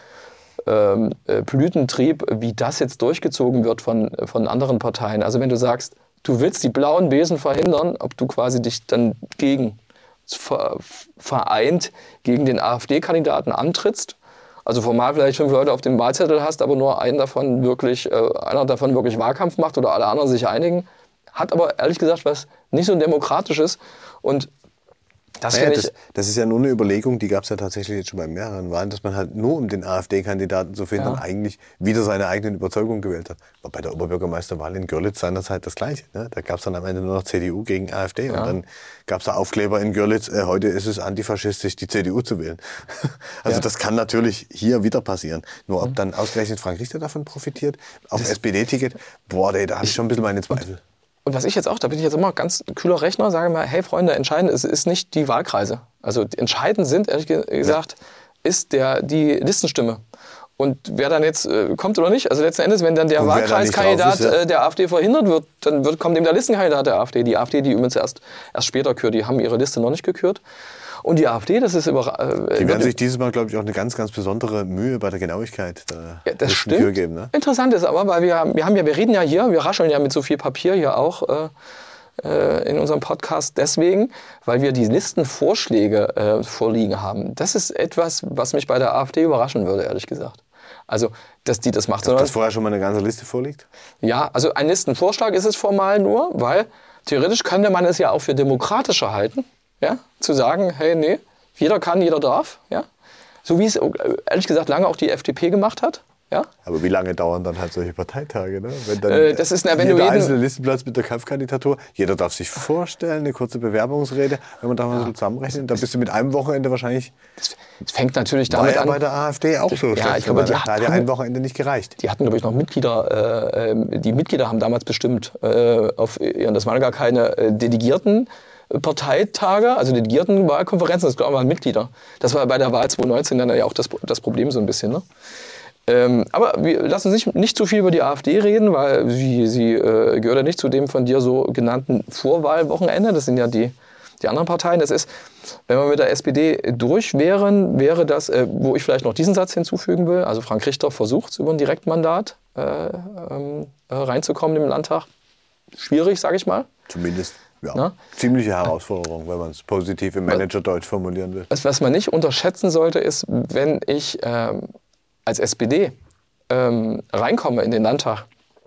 ähm, äh, Blüten trieb, wie das jetzt durchgezogen wird von, von anderen Parteien. Also wenn du sagst, du willst die blauen Besen verhindern, ob du quasi dich dann gegen ver, vereint gegen den AfD-Kandidaten antrittst, also formal vielleicht fünf Leute auf dem Wahlzettel hast, aber nur einen davon wirklich, äh, einer davon wirklich Wahlkampf macht oder alle anderen sich einigen, hat aber ehrlich gesagt was nicht so demokratisches. Und das,
naja,
ich
das, das ist ja nur eine Überlegung, die gab es ja tatsächlich jetzt schon bei mehreren Wahlen, dass man halt nur um den AfD-Kandidaten zu finden,
Ja.
eigentlich wieder seine eigenen Überzeugungen gewählt hat. War bei der Oberbürgermeisterwahl in Görlitz seinerzeit das Gleiche. Ne? Da gab es dann am Ende nur noch C D U gegen AfD.
Ja.
Und dann gab es da Aufkleber in Görlitz, äh, heute ist es antifaschistisch, die C D U zu wählen. Also
Ja.
das kann natürlich hier wieder passieren. Nur ob dann ausgerechnet Frank Richter davon profitiert, auf S P D-Ticket, boah, ey, da habe ich schon ein bisschen meine Zweifel.
Und was ich jetzt auch, da bin ich jetzt immer ganz kühler Rechner, sage mal, hey Freunde, entscheidend ist, ist nicht die Wahlkreise. Also entscheidend sind, ehrlich gesagt, ist der, die Listenstimme. Und wer dann jetzt äh, kommt oder nicht, also letzten Endes, wenn dann der
Und wer da nicht
Wahlkreiskandidat
drauf ist, ja.
äh, der AfD verhindert wird, dann wird, kommt eben der Listenkandidat der AfD. Die AfD, die übrigens erst, erst später kürt, die haben ihre Liste noch nicht gekürt. Und die AfD, das ist über... Äh,
Die werden sich dieses Mal, glaube ich, auch eine ganz, ganz besondere Mühe bei der Genauigkeit der
Ja, das
Listenkür
stimmt.
geben. Ne?
Interessant ist aber, weil wir, wir haben ja, wir reden ja hier, wir rascheln ja mit so viel Papier hier auch äh, äh, in unserem Podcast deswegen, weil wir die Listenvorschläge äh, vorliegen haben. Das ist etwas, was mich bei der AfD überraschen würde, ehrlich gesagt. Also, dass die das macht.
Dass
sondern,
das vorher schon mal eine ganze Liste vorliegt?
ja, also ein Listenvorschlag ist es formal nur, weil theoretisch könnte man es ja auch für demokratischer halten, ja, zu sagen, hey, nee, jeder kann, jeder darf, ja. So wie es, ehrlich gesagt, lange auch die F D P gemacht hat, ja.
Aber wie lange dauern dann halt solche Parteitage? Ne? Wenn dann
Äh, das ist, na, wenn
jeder
du jeden-
einzelne Listenplatz mit der Kampfkandidatur, jeder darf sich vorstellen, eine kurze Bewerbungsrede, wenn man da mal so zusammenrechnet, dann bist du mit einem Wochenende wahrscheinlich,
Es fängt natürlich
war
damit
ja
an.
bei der AfD auch so.
Ja, ich glaube, die
da hat ja
haben-
ein Wochenende nicht gereicht.
Die hatten, glaube ich, noch Mitglieder. Äh, äh, die Mitglieder haben damals bestimmt, äh, auf ihren, das waren gar keine äh, Delegierten. Parteitage, also Delegierten Wahlkonferenzen, das waren Mitglieder. Das war bei der Wahl zweitausendneunzehn dann ja auch das, das Problem so ein bisschen. Ne? Ähm, aber wir lassen uns nicht, nicht zu viel über die AfD reden, weil sie, sie äh, gehört ja nicht zu dem von dir so genannten Vorwahlwochenende. Das sind ja die, die anderen Parteien. Das ist, wenn wir mit der S P D durch wären, wäre das, äh, wo ich vielleicht noch diesen Satz hinzufügen will. Also Frank Richter versucht über ein Direktmandat äh, ähm, äh, reinzukommen im Landtag. Schwierig, sage ich mal.
Zumindest, ja.
Na?
Ziemliche Herausforderung, wenn man es positiv im Managerdeutsch formulieren will.
Was, was man nicht unterschätzen sollte, ist, wenn ich ähm, als S P D ähm, reinkomme in den Landtag,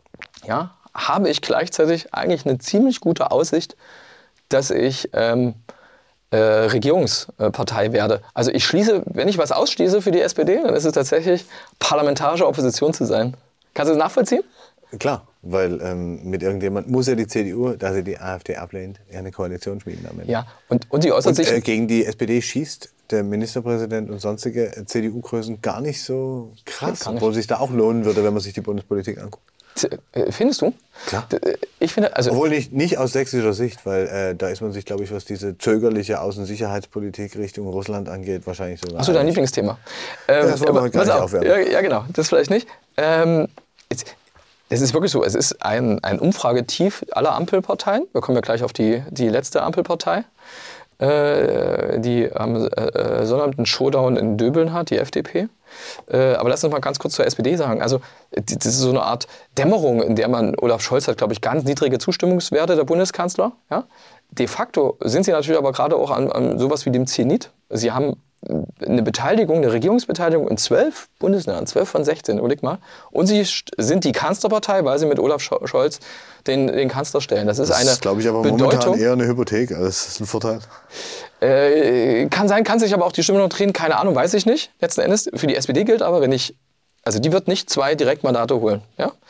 ja, habe ich gleichzeitig eigentlich eine ziemlich gute Aussicht, dass ich ähm, äh, Regierungspartei werde. Also ich schließe, wenn ich was ausschließe für die S P D, dann ist es tatsächlich parlamentarische Opposition zu sein. Kannst du das nachvollziehen?
Klar, weil ähm, mit irgendjemand muss ja die C D U, da sie die AfD ablehnt, ja eine Koalition schmieden am Ende.
Ja, und, und die äußert
Und
sich...
äh, gegen die S P D schießt der Ministerpräsident und sonstige C D U-Größen gar nicht so krass,
Gar nicht.
obwohl es sich da auch lohnen würde, wenn man sich die Bundespolitik anguckt.
Äh, Findest du?
Klar.
D- äh, Ich finde, also...
Obwohl nicht, nicht aus sächsischer Sicht, weil äh, da ist man sich, glaube ich, was diese zögerliche Außensicherheitspolitik Richtung Russland angeht, wahrscheinlich sogar.
Achso, dein
einig.
Lieblingsthema. Ähm,
das wollen wir
aber
gar
pass
nicht
auf.
aufwärmen.
Ja, ja, genau. Das vielleicht nicht. Ähm, jetzt, es ist wirklich so, es ist ein, ein Umfragetief aller Ampelparteien. Wir kommen ja gleich auf die, die letzte Ampelpartei, äh, die am äh, Sonnabend einen Showdown in Döbeln hat, die F D P. Äh, aber lass uns mal ganz kurz zur S P D sagen. Also die- das ist so eine Art Dämmerung, in der man, Olaf Scholz hat, glaube ich, ganz niedrige Zustimmungswerte, der Bundeskanzler. Ja? De facto sind sie natürlich aber gerade auch an, an sowas wie dem Zenit. Sie haben eine Beteiligung, eine Regierungsbeteiligung in zwölf Bundesländern, zwölf von sechzehn, überleg mal. Und sie st- sind die Kanzlerpartei, weil sie mit Olaf Scho- Scholz den, den Kanzler stellen. Das ist
Das
eine
ist, glaube ich, aber
Bedeutung.
momentan eher eine Hypothek als ein Vorteil.
Äh, kann sein, kann sich aber auch die Stimme noch drehen, keine Ahnung, weiß ich nicht. Letzten Endes, für die S P D gilt aber, wenn ich, also die wird nicht zwei Direktmandate holen. Ja?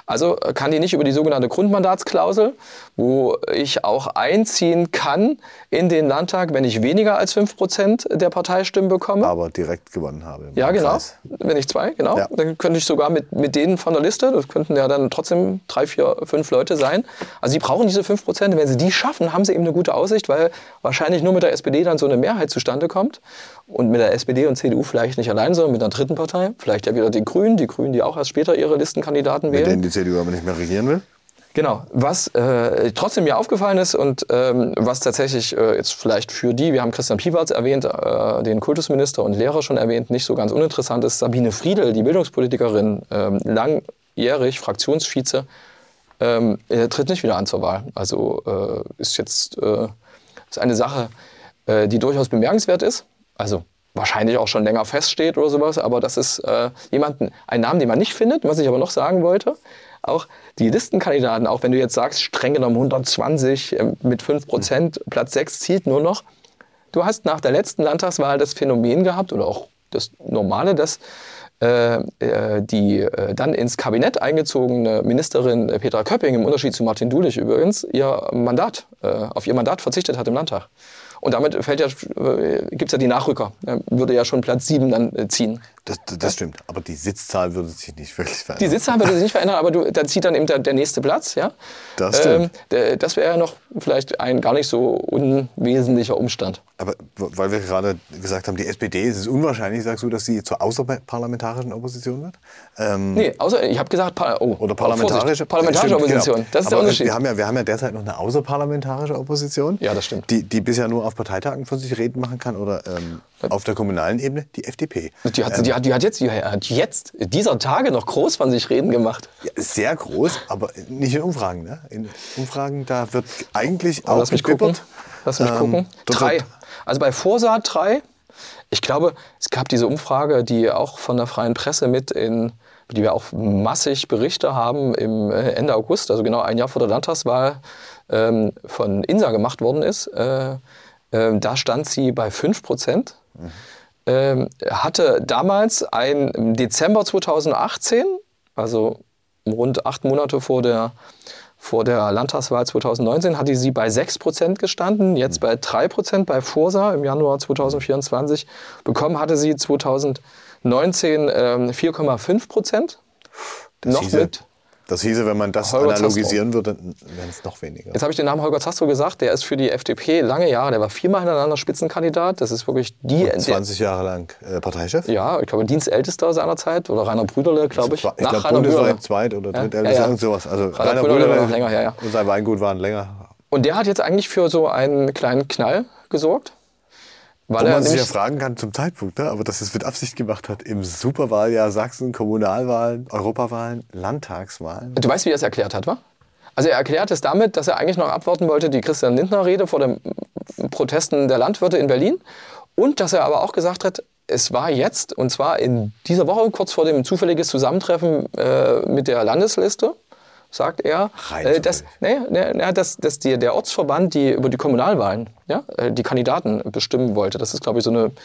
Also kann die nicht über die sogenannte Grundmandatsklausel, wo ich auch einziehen kann in den Landtag, wenn ich weniger als fünf Prozent der Parteistimmen bekomme.
Aber direkt gewonnen habe.
Ja, genau.
Kreis.
Wenn ich zwei, genau.
Ja.
Dann könnte ich sogar mit, mit denen von der Liste, das könnten ja dann trotzdem drei, vier, fünf Leute sein. Also sie brauchen diese fünf Prozent. Wenn sie die schaffen, haben sie eben eine gute Aussicht, weil wahrscheinlich nur mit der S P D dann so eine Mehrheit zustande kommt. Und mit der S P D und C D U vielleicht nicht allein, sondern mit einer dritten Partei. Vielleicht ja wieder die Grünen, die Grünen, die auch erst später ihre Listenkandidaten wählen.
Mit denen die C D U aber nicht mehr regieren will?
Genau. Was äh, trotzdem mir aufgefallen ist und ähm, was tatsächlich äh, jetzt vielleicht für die, wir haben Christian Piwarz erwähnt, äh, den Kultusminister und Lehrer schon erwähnt, nicht so ganz uninteressant ist, Sabine Friedl, die Bildungspolitikerin, ähm, langjährig Fraktionsvize, ähm, er tritt nicht wieder an zur Wahl. Also äh, ist jetzt äh, ist eine Sache, äh, die durchaus bemerkenswert ist. Also wahrscheinlich auch schon länger feststeht oder sowas, aber das ist äh, jemanden, ein Name, den man nicht findet. Was ich aber noch sagen wollte, auch die Listenkandidaten, auch wenn du jetzt sagst, streng genommen hundertzwanzig äh, mit fünf Prozent, Platz sechs zieht nur noch. Du hast nach der letzten Landtagswahl das Phänomen gehabt, oder auch das Normale, dass äh, äh, die äh, dann ins Kabinett eingezogene Ministerin äh, Petra Köpping, im Unterschied zu Martin Dulich übrigens, ihr Mandat, äh, auf ihr Mandat verzichtet hat im Landtag. Und damit fällt ja, äh, gibt es ja die Nachrücker. Er würde ja schon Platz sieben dann äh, ziehen.
Das, das, das stimmt. Aber die Sitzzahl würde sich nicht wirklich verändern.
Die Sitzzahl würde sich nicht verändern, aber du, da zieht dann eben der, der nächste Platz. Ja?
Das stimmt.
Ähm, der, das wäre ja noch vielleicht ein gar nicht so unwesentlicher Umstand.
Aber weil wir gerade gesagt haben, die S P D, es ist unwahrscheinlich, sagst du, dass sie zur außerparlamentarischen Opposition wird? Ähm,
nee, außer, ich habe gesagt, oh,
oder parlamentarische,
parlamentarische
stimmt,
Opposition.
Genau.
Das ist
aber
der Unterschied.
Wir haben, ja, wir haben ja derzeit noch eine außerparlamentarische Opposition,
ja, das stimmt.
Die, die bisher nur auf Parteitagen von sich reden machen kann oder ähm, auf der kommunalen Ebene, die F D P.
Die hat,
ähm,
die hat, die hat jetzt, die hat jetzt dieser Tage noch groß von sich reden gemacht.
Ja, sehr groß, aber nicht in Umfragen. Ne? In Umfragen, da wird eigentlich
aber
auch
lass mich gucken. Lass mich
ähm,
gucken. Drei. Also bei Forsa drei. Ich glaube, es gab diese Umfrage, die auch von der Freien Presse mit in, die wir auch massig Berichte haben im Ende August, also genau ein Jahr vor der Landtagswahl, ähm, von INSA gemacht worden ist. Äh, äh, da stand sie bei fünf Prozent. Mhm. Ähm, hatte damals ein, im Dezember zweitausendachtzehn, also rund acht Monate vor der, vor der Landtagswahl zweitausendneunzehn, hatte sie bei sechs Prozent gestanden, jetzt bei drei Prozent bei Forsa im Januar zweitausendvierundzwanzig. Bekommen hatte sie zweitausendneunzehn ähm, vier Komma fünf Prozent. Noch
hieße,
mit
das hieße, wenn man das
Holger
analogisieren würde, wären es noch weniger.
Jetzt habe ich den Namen Holger Zastrow gesagt, der ist für die F D P lange Jahre, der war viermal hintereinander Spitzenkandidat. Das ist wirklich die...
Und zwanzig Jahre lang äh, Parteichef?
Ja, ich glaube, Dienstältester seiner Zeit. Oder Rainer Brüderle, glaube ich.
Ich glaube, bundesweit zweit- oder drittältester, ja, ja. Irgend sowas. Also
Rainer, Rainer Brüderle war noch länger, ja, ja.
Und sein Weingut waren länger.
Und der hat jetzt eigentlich für so einen kleinen Knall gesorgt.
Weil Wo man sich ja fragen kann zum Zeitpunkt, ne? Aber dass es mit Absicht gemacht hat, im Superwahljahr Sachsen, Kommunalwahlen, Europawahlen, Landtagswahlen.
Du weißt, wie er es erklärt hat, wa? Also er erklärt es damit, dass er eigentlich noch abwarten wollte, die Christian-Lindner-Rede vor den Protesten der Landwirte in Berlin. Und dass er aber auch gesagt hat, es war jetzt, und zwar in dieser Woche, kurz vor dem zufälliges Zusammentreffen äh, mit der Landesliste, sagt er, äh, dass, nee, nee, dass, dass die, der Ortsverband die über die Kommunalwahlen ja, die Kandidaten bestimmen wollte. Das ist, glaube ich, so eine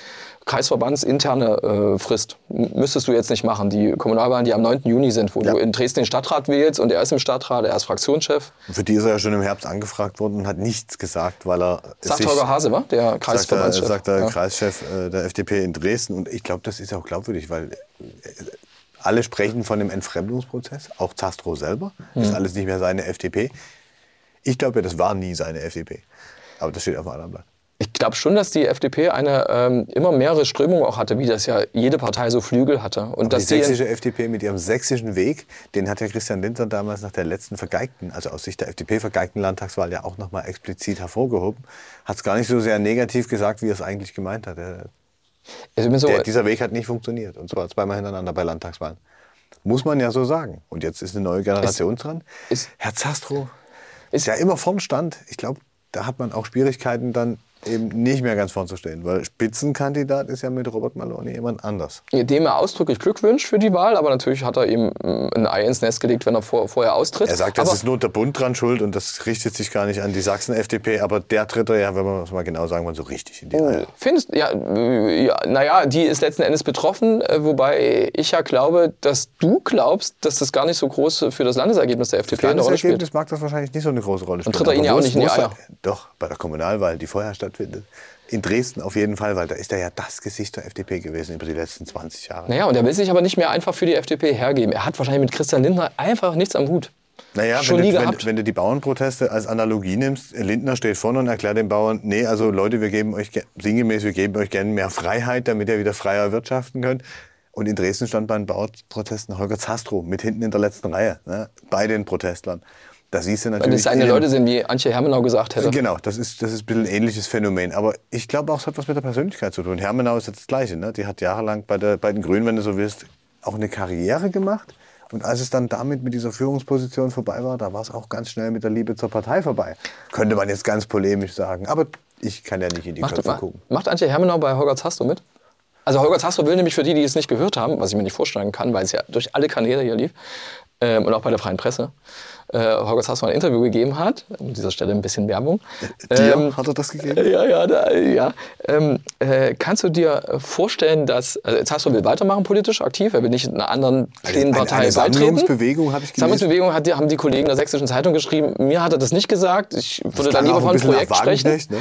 kreisverbandsinterne äh, Frist. Müsstest du jetzt nicht machen. Die Kommunalwahlen, die am neunten Juni sind, wo ja. du in Dresden den Stadtrat wählst und er ist im Stadtrat, er ist Fraktionschef.
Und für die ist er ja schon im Herbst angefragt worden und hat nichts gesagt, weil er...
Sagt Holger Hase, wa? Der Kreisverbandschef.
Sagt der, sagt der
ja.
Kreischef äh, der F D P in Dresden. Und ich glaube, das ist auch glaubwürdig, weil... Äh, alle sprechen von dem Entfremdungsprozess, auch Zastrow selber. Das ist alles nicht mehr seine F D P. Ich glaube, das war nie seine F D P. Aber das steht auf einem anderen Blatt.
Ich glaube schon, dass die F D P eine ähm, immer mehrere Strömungen auch hatte, wie das ja jede Partei so Flügel hatte. Und
Aber
dass
die sächsische F D P mit ihrem sächsischen Weg, den hat ja Christian Lindner damals nach der letzten vergeigten, also aus Sicht der F D P vergeigten Landtagswahl ja auch nochmal explizit hervorgehoben. Hat es gar nicht so sehr negativ gesagt, wie er es eigentlich gemeint hat. Er,
Also so,
der, dieser Weg hat nicht funktioniert. Und zwar zweimal hintereinander bei Landtagswahlen. Muss man ja so sagen. Und jetzt ist eine neue Generation ist, dran.
Ist,
Herr Zastrow ist ja immer vorn stand. Ich glaube, da hat man auch Schwierigkeiten dann eben nicht mehr ganz vorn zu stehen, weil Spitzenkandidat ist ja mit Robert Maloney jemand anders.
Dem er ausdrücklich Glück wünscht für die Wahl, aber natürlich hat er ihm ein Ei ins Nest gelegt, wenn er vor, vorher austritt.
Er sagt, das ist nur der Bund dran schuld und das richtet sich gar nicht an die Sachsen-F D P, aber der tritt er ja, wenn man es mal genau sagen will, so richtig in die Eier.
Findest ja, ja, naja, die ist letzten Endes betroffen, wobei ich ja glaube, dass du glaubst, dass das gar nicht so groß für das Landesergebnis der F D P eine Rolle spielt.
Das mag das wahrscheinlich nicht so eine große Rolle spielen.
Und tritt er ihn ja auch nicht in die Eier.
Doch, bei der Kommunalwahl, die vorher stattfindet. In Dresden auf jeden Fall, weil da ist er ja das Gesicht der F D P gewesen über die letzten zwanzig Jahre.
Naja, und er will sich aber nicht mehr einfach für die F D P hergeben. Er hat wahrscheinlich mit Christian Lindner einfach nichts am Hut.
Naja,
Schon
wenn,
nie
du,
gehabt.
wenn, wenn du die Bauernproteste als Analogie nimmst, Lindner steht vorne und erklärt den Bauern, nee, also Leute, wir geben euch sinngemäß, wir geben euch gerne mehr Freiheit, damit ihr wieder freier wirtschaften könnt. Und in Dresden stand bei den Bauernprotesten Holger Zastrow mit hinten in der letzten Reihe, ne, bei den Protestlern. Da siehst du natürlich,
weil das seine Leute sind, wie Antje Hermenau gesagt hätte.
Genau, das ist, das ist ein bisschen ein ähnliches Phänomen. Aber ich glaube auch, es hat was mit der Persönlichkeit zu tun. Hermenau ist jetzt das Gleiche. Ne? Die hat jahrelang bei, der, bei den Grünen, wenn du so willst, auch eine Karriere gemacht. Und als es dann damit mit dieser Führungsposition vorbei war, da war es auch ganz schnell mit der Liebe zur Partei vorbei. Könnte man jetzt ganz polemisch sagen. Aber ich kann ja nicht in die
macht,
Köpfe gucken.
Macht Antje Hermenau bei Holger Zastrow mit? Also Holger Zastrow will nämlich für die, die es nicht gehört haben, was ich mir nicht vorstellen kann, weil es ja durch alle Kanäle hier lief, ähm, und auch bei der Freien Presse, äh, Holger Zastrow ein Interview gegeben hat, an dieser Stelle ein bisschen Werbung.
Dir
Ähm,
hat er das gegeben?
Ja, ja, da, ja. Ähm, äh, kannst du dir vorstellen, dass also Zastrow will weitermachen politisch aktiv, er will nicht einer anderen stehenden
eine,
Partei
eine
beitreten?
Sammlungsbewegung habe ich gelesen.
Sammlungsbewegung hat, haben die Kollegen der Sächsischen Zeitung geschrieben. Mir hat er das nicht gesagt. Ich würde da lieber von einem Projekt sprechen.
Ne?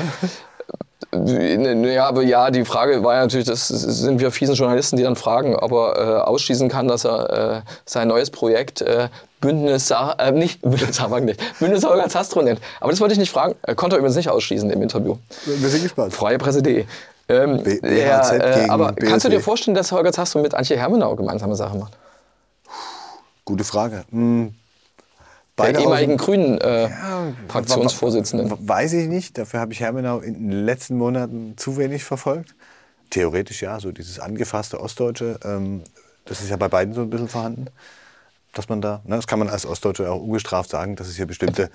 Ja, aber ja, die Frage war ja natürlich, das sind wir fiesen Journalisten, die dann fragen, ob er äh, ausschließen kann, dass er äh, sein neues Projekt äh, Bündnis, äh, nicht Bündnis, nicht, Bündnis Holger Zastrow nennt. Aber das wollte ich nicht fragen. Er konnte er übrigens nicht ausschließen im Interview.
Wir sind gespannt.
Freie Presse punkt de. Ähm,
B-
ja, äh, aber
B S W.
kannst du dir vorstellen, dass Holger Zastrow mit Antje Hermenau gemeinsame Sachen macht?
Gute Frage. Hm.
Der ehemaligen
dem,
Grünen äh,
ja,
Fraktionsvorsitzenden.
Weiß ich nicht. Dafür habe ich Hermenau in den letzten Monaten zu wenig verfolgt. Theoretisch ja, so dieses angefasste Ostdeutsche, ähm, das ist ja bei beiden so ein bisschen vorhanden. Dass man da, ne, das kann man als Ostdeutsche auch ungestraft sagen, dass es hier bestimmte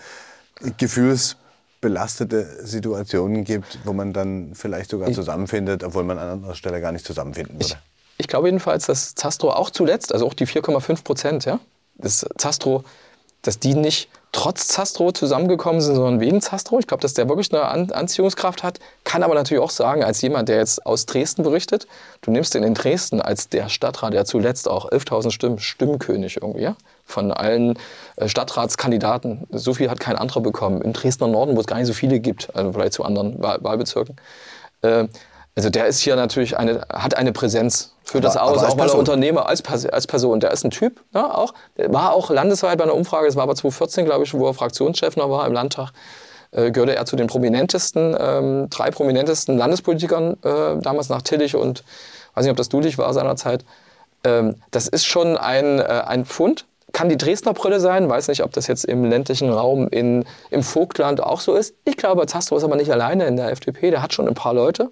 gefühlsbelastete Situationen gibt, wo man dann vielleicht sogar zusammenfindet, obwohl man an anderer Stelle gar nicht zusammenfinden würde.
Ich, ich glaube jedenfalls, dass Zastrow auch zuletzt, also auch die vier Komma fünf Prozent, ja, das Zastrow, dass die nicht trotz Zastrow zusammengekommen sind, sondern wegen Zastrow. Ich glaube, dass der wirklich eine An- Anziehungskraft hat. Kann aber natürlich auch sagen, als jemand, der jetzt aus Dresden berichtet, du nimmst den in Dresden als der Stadtrat, der zuletzt auch elftausend Stimmen, Stimmkönig irgendwie, ja, von allen äh, Stadtratskandidaten. So viel hat kein anderer bekommen. Im Dresdner Norden, wo es gar nicht so viele gibt, also vielleicht zu anderen Wahl- Wahlbezirken. Äh, Also der ist hier natürlich eine, hat eine Präsenz für das
Aber-
Aus,
aber als
auch mal ein
Person.
Unternehmer als, Pers- als Person. Der ist ein Typ, ja, auch. Der war auch landesweit bei einer Umfrage, das war aber zwanzig vierzehn, glaube ich, wo er Fraktionschef noch war im Landtag, äh, gehörte er zu den prominentesten, ähm, drei prominentesten Landespolitikern, äh, damals nach Tillich und, weiß nicht, ob das Dulich war seinerzeit. Ähm, das ist schon ein, äh, ein Pfund. Kann die Dresdner Brille sein, weiß nicht, ob das jetzt im ländlichen Raum in, im Vogtland auch so ist. Ich glaube, Zastrow ist aber nicht alleine in der F D P, der hat schon ein paar Leute,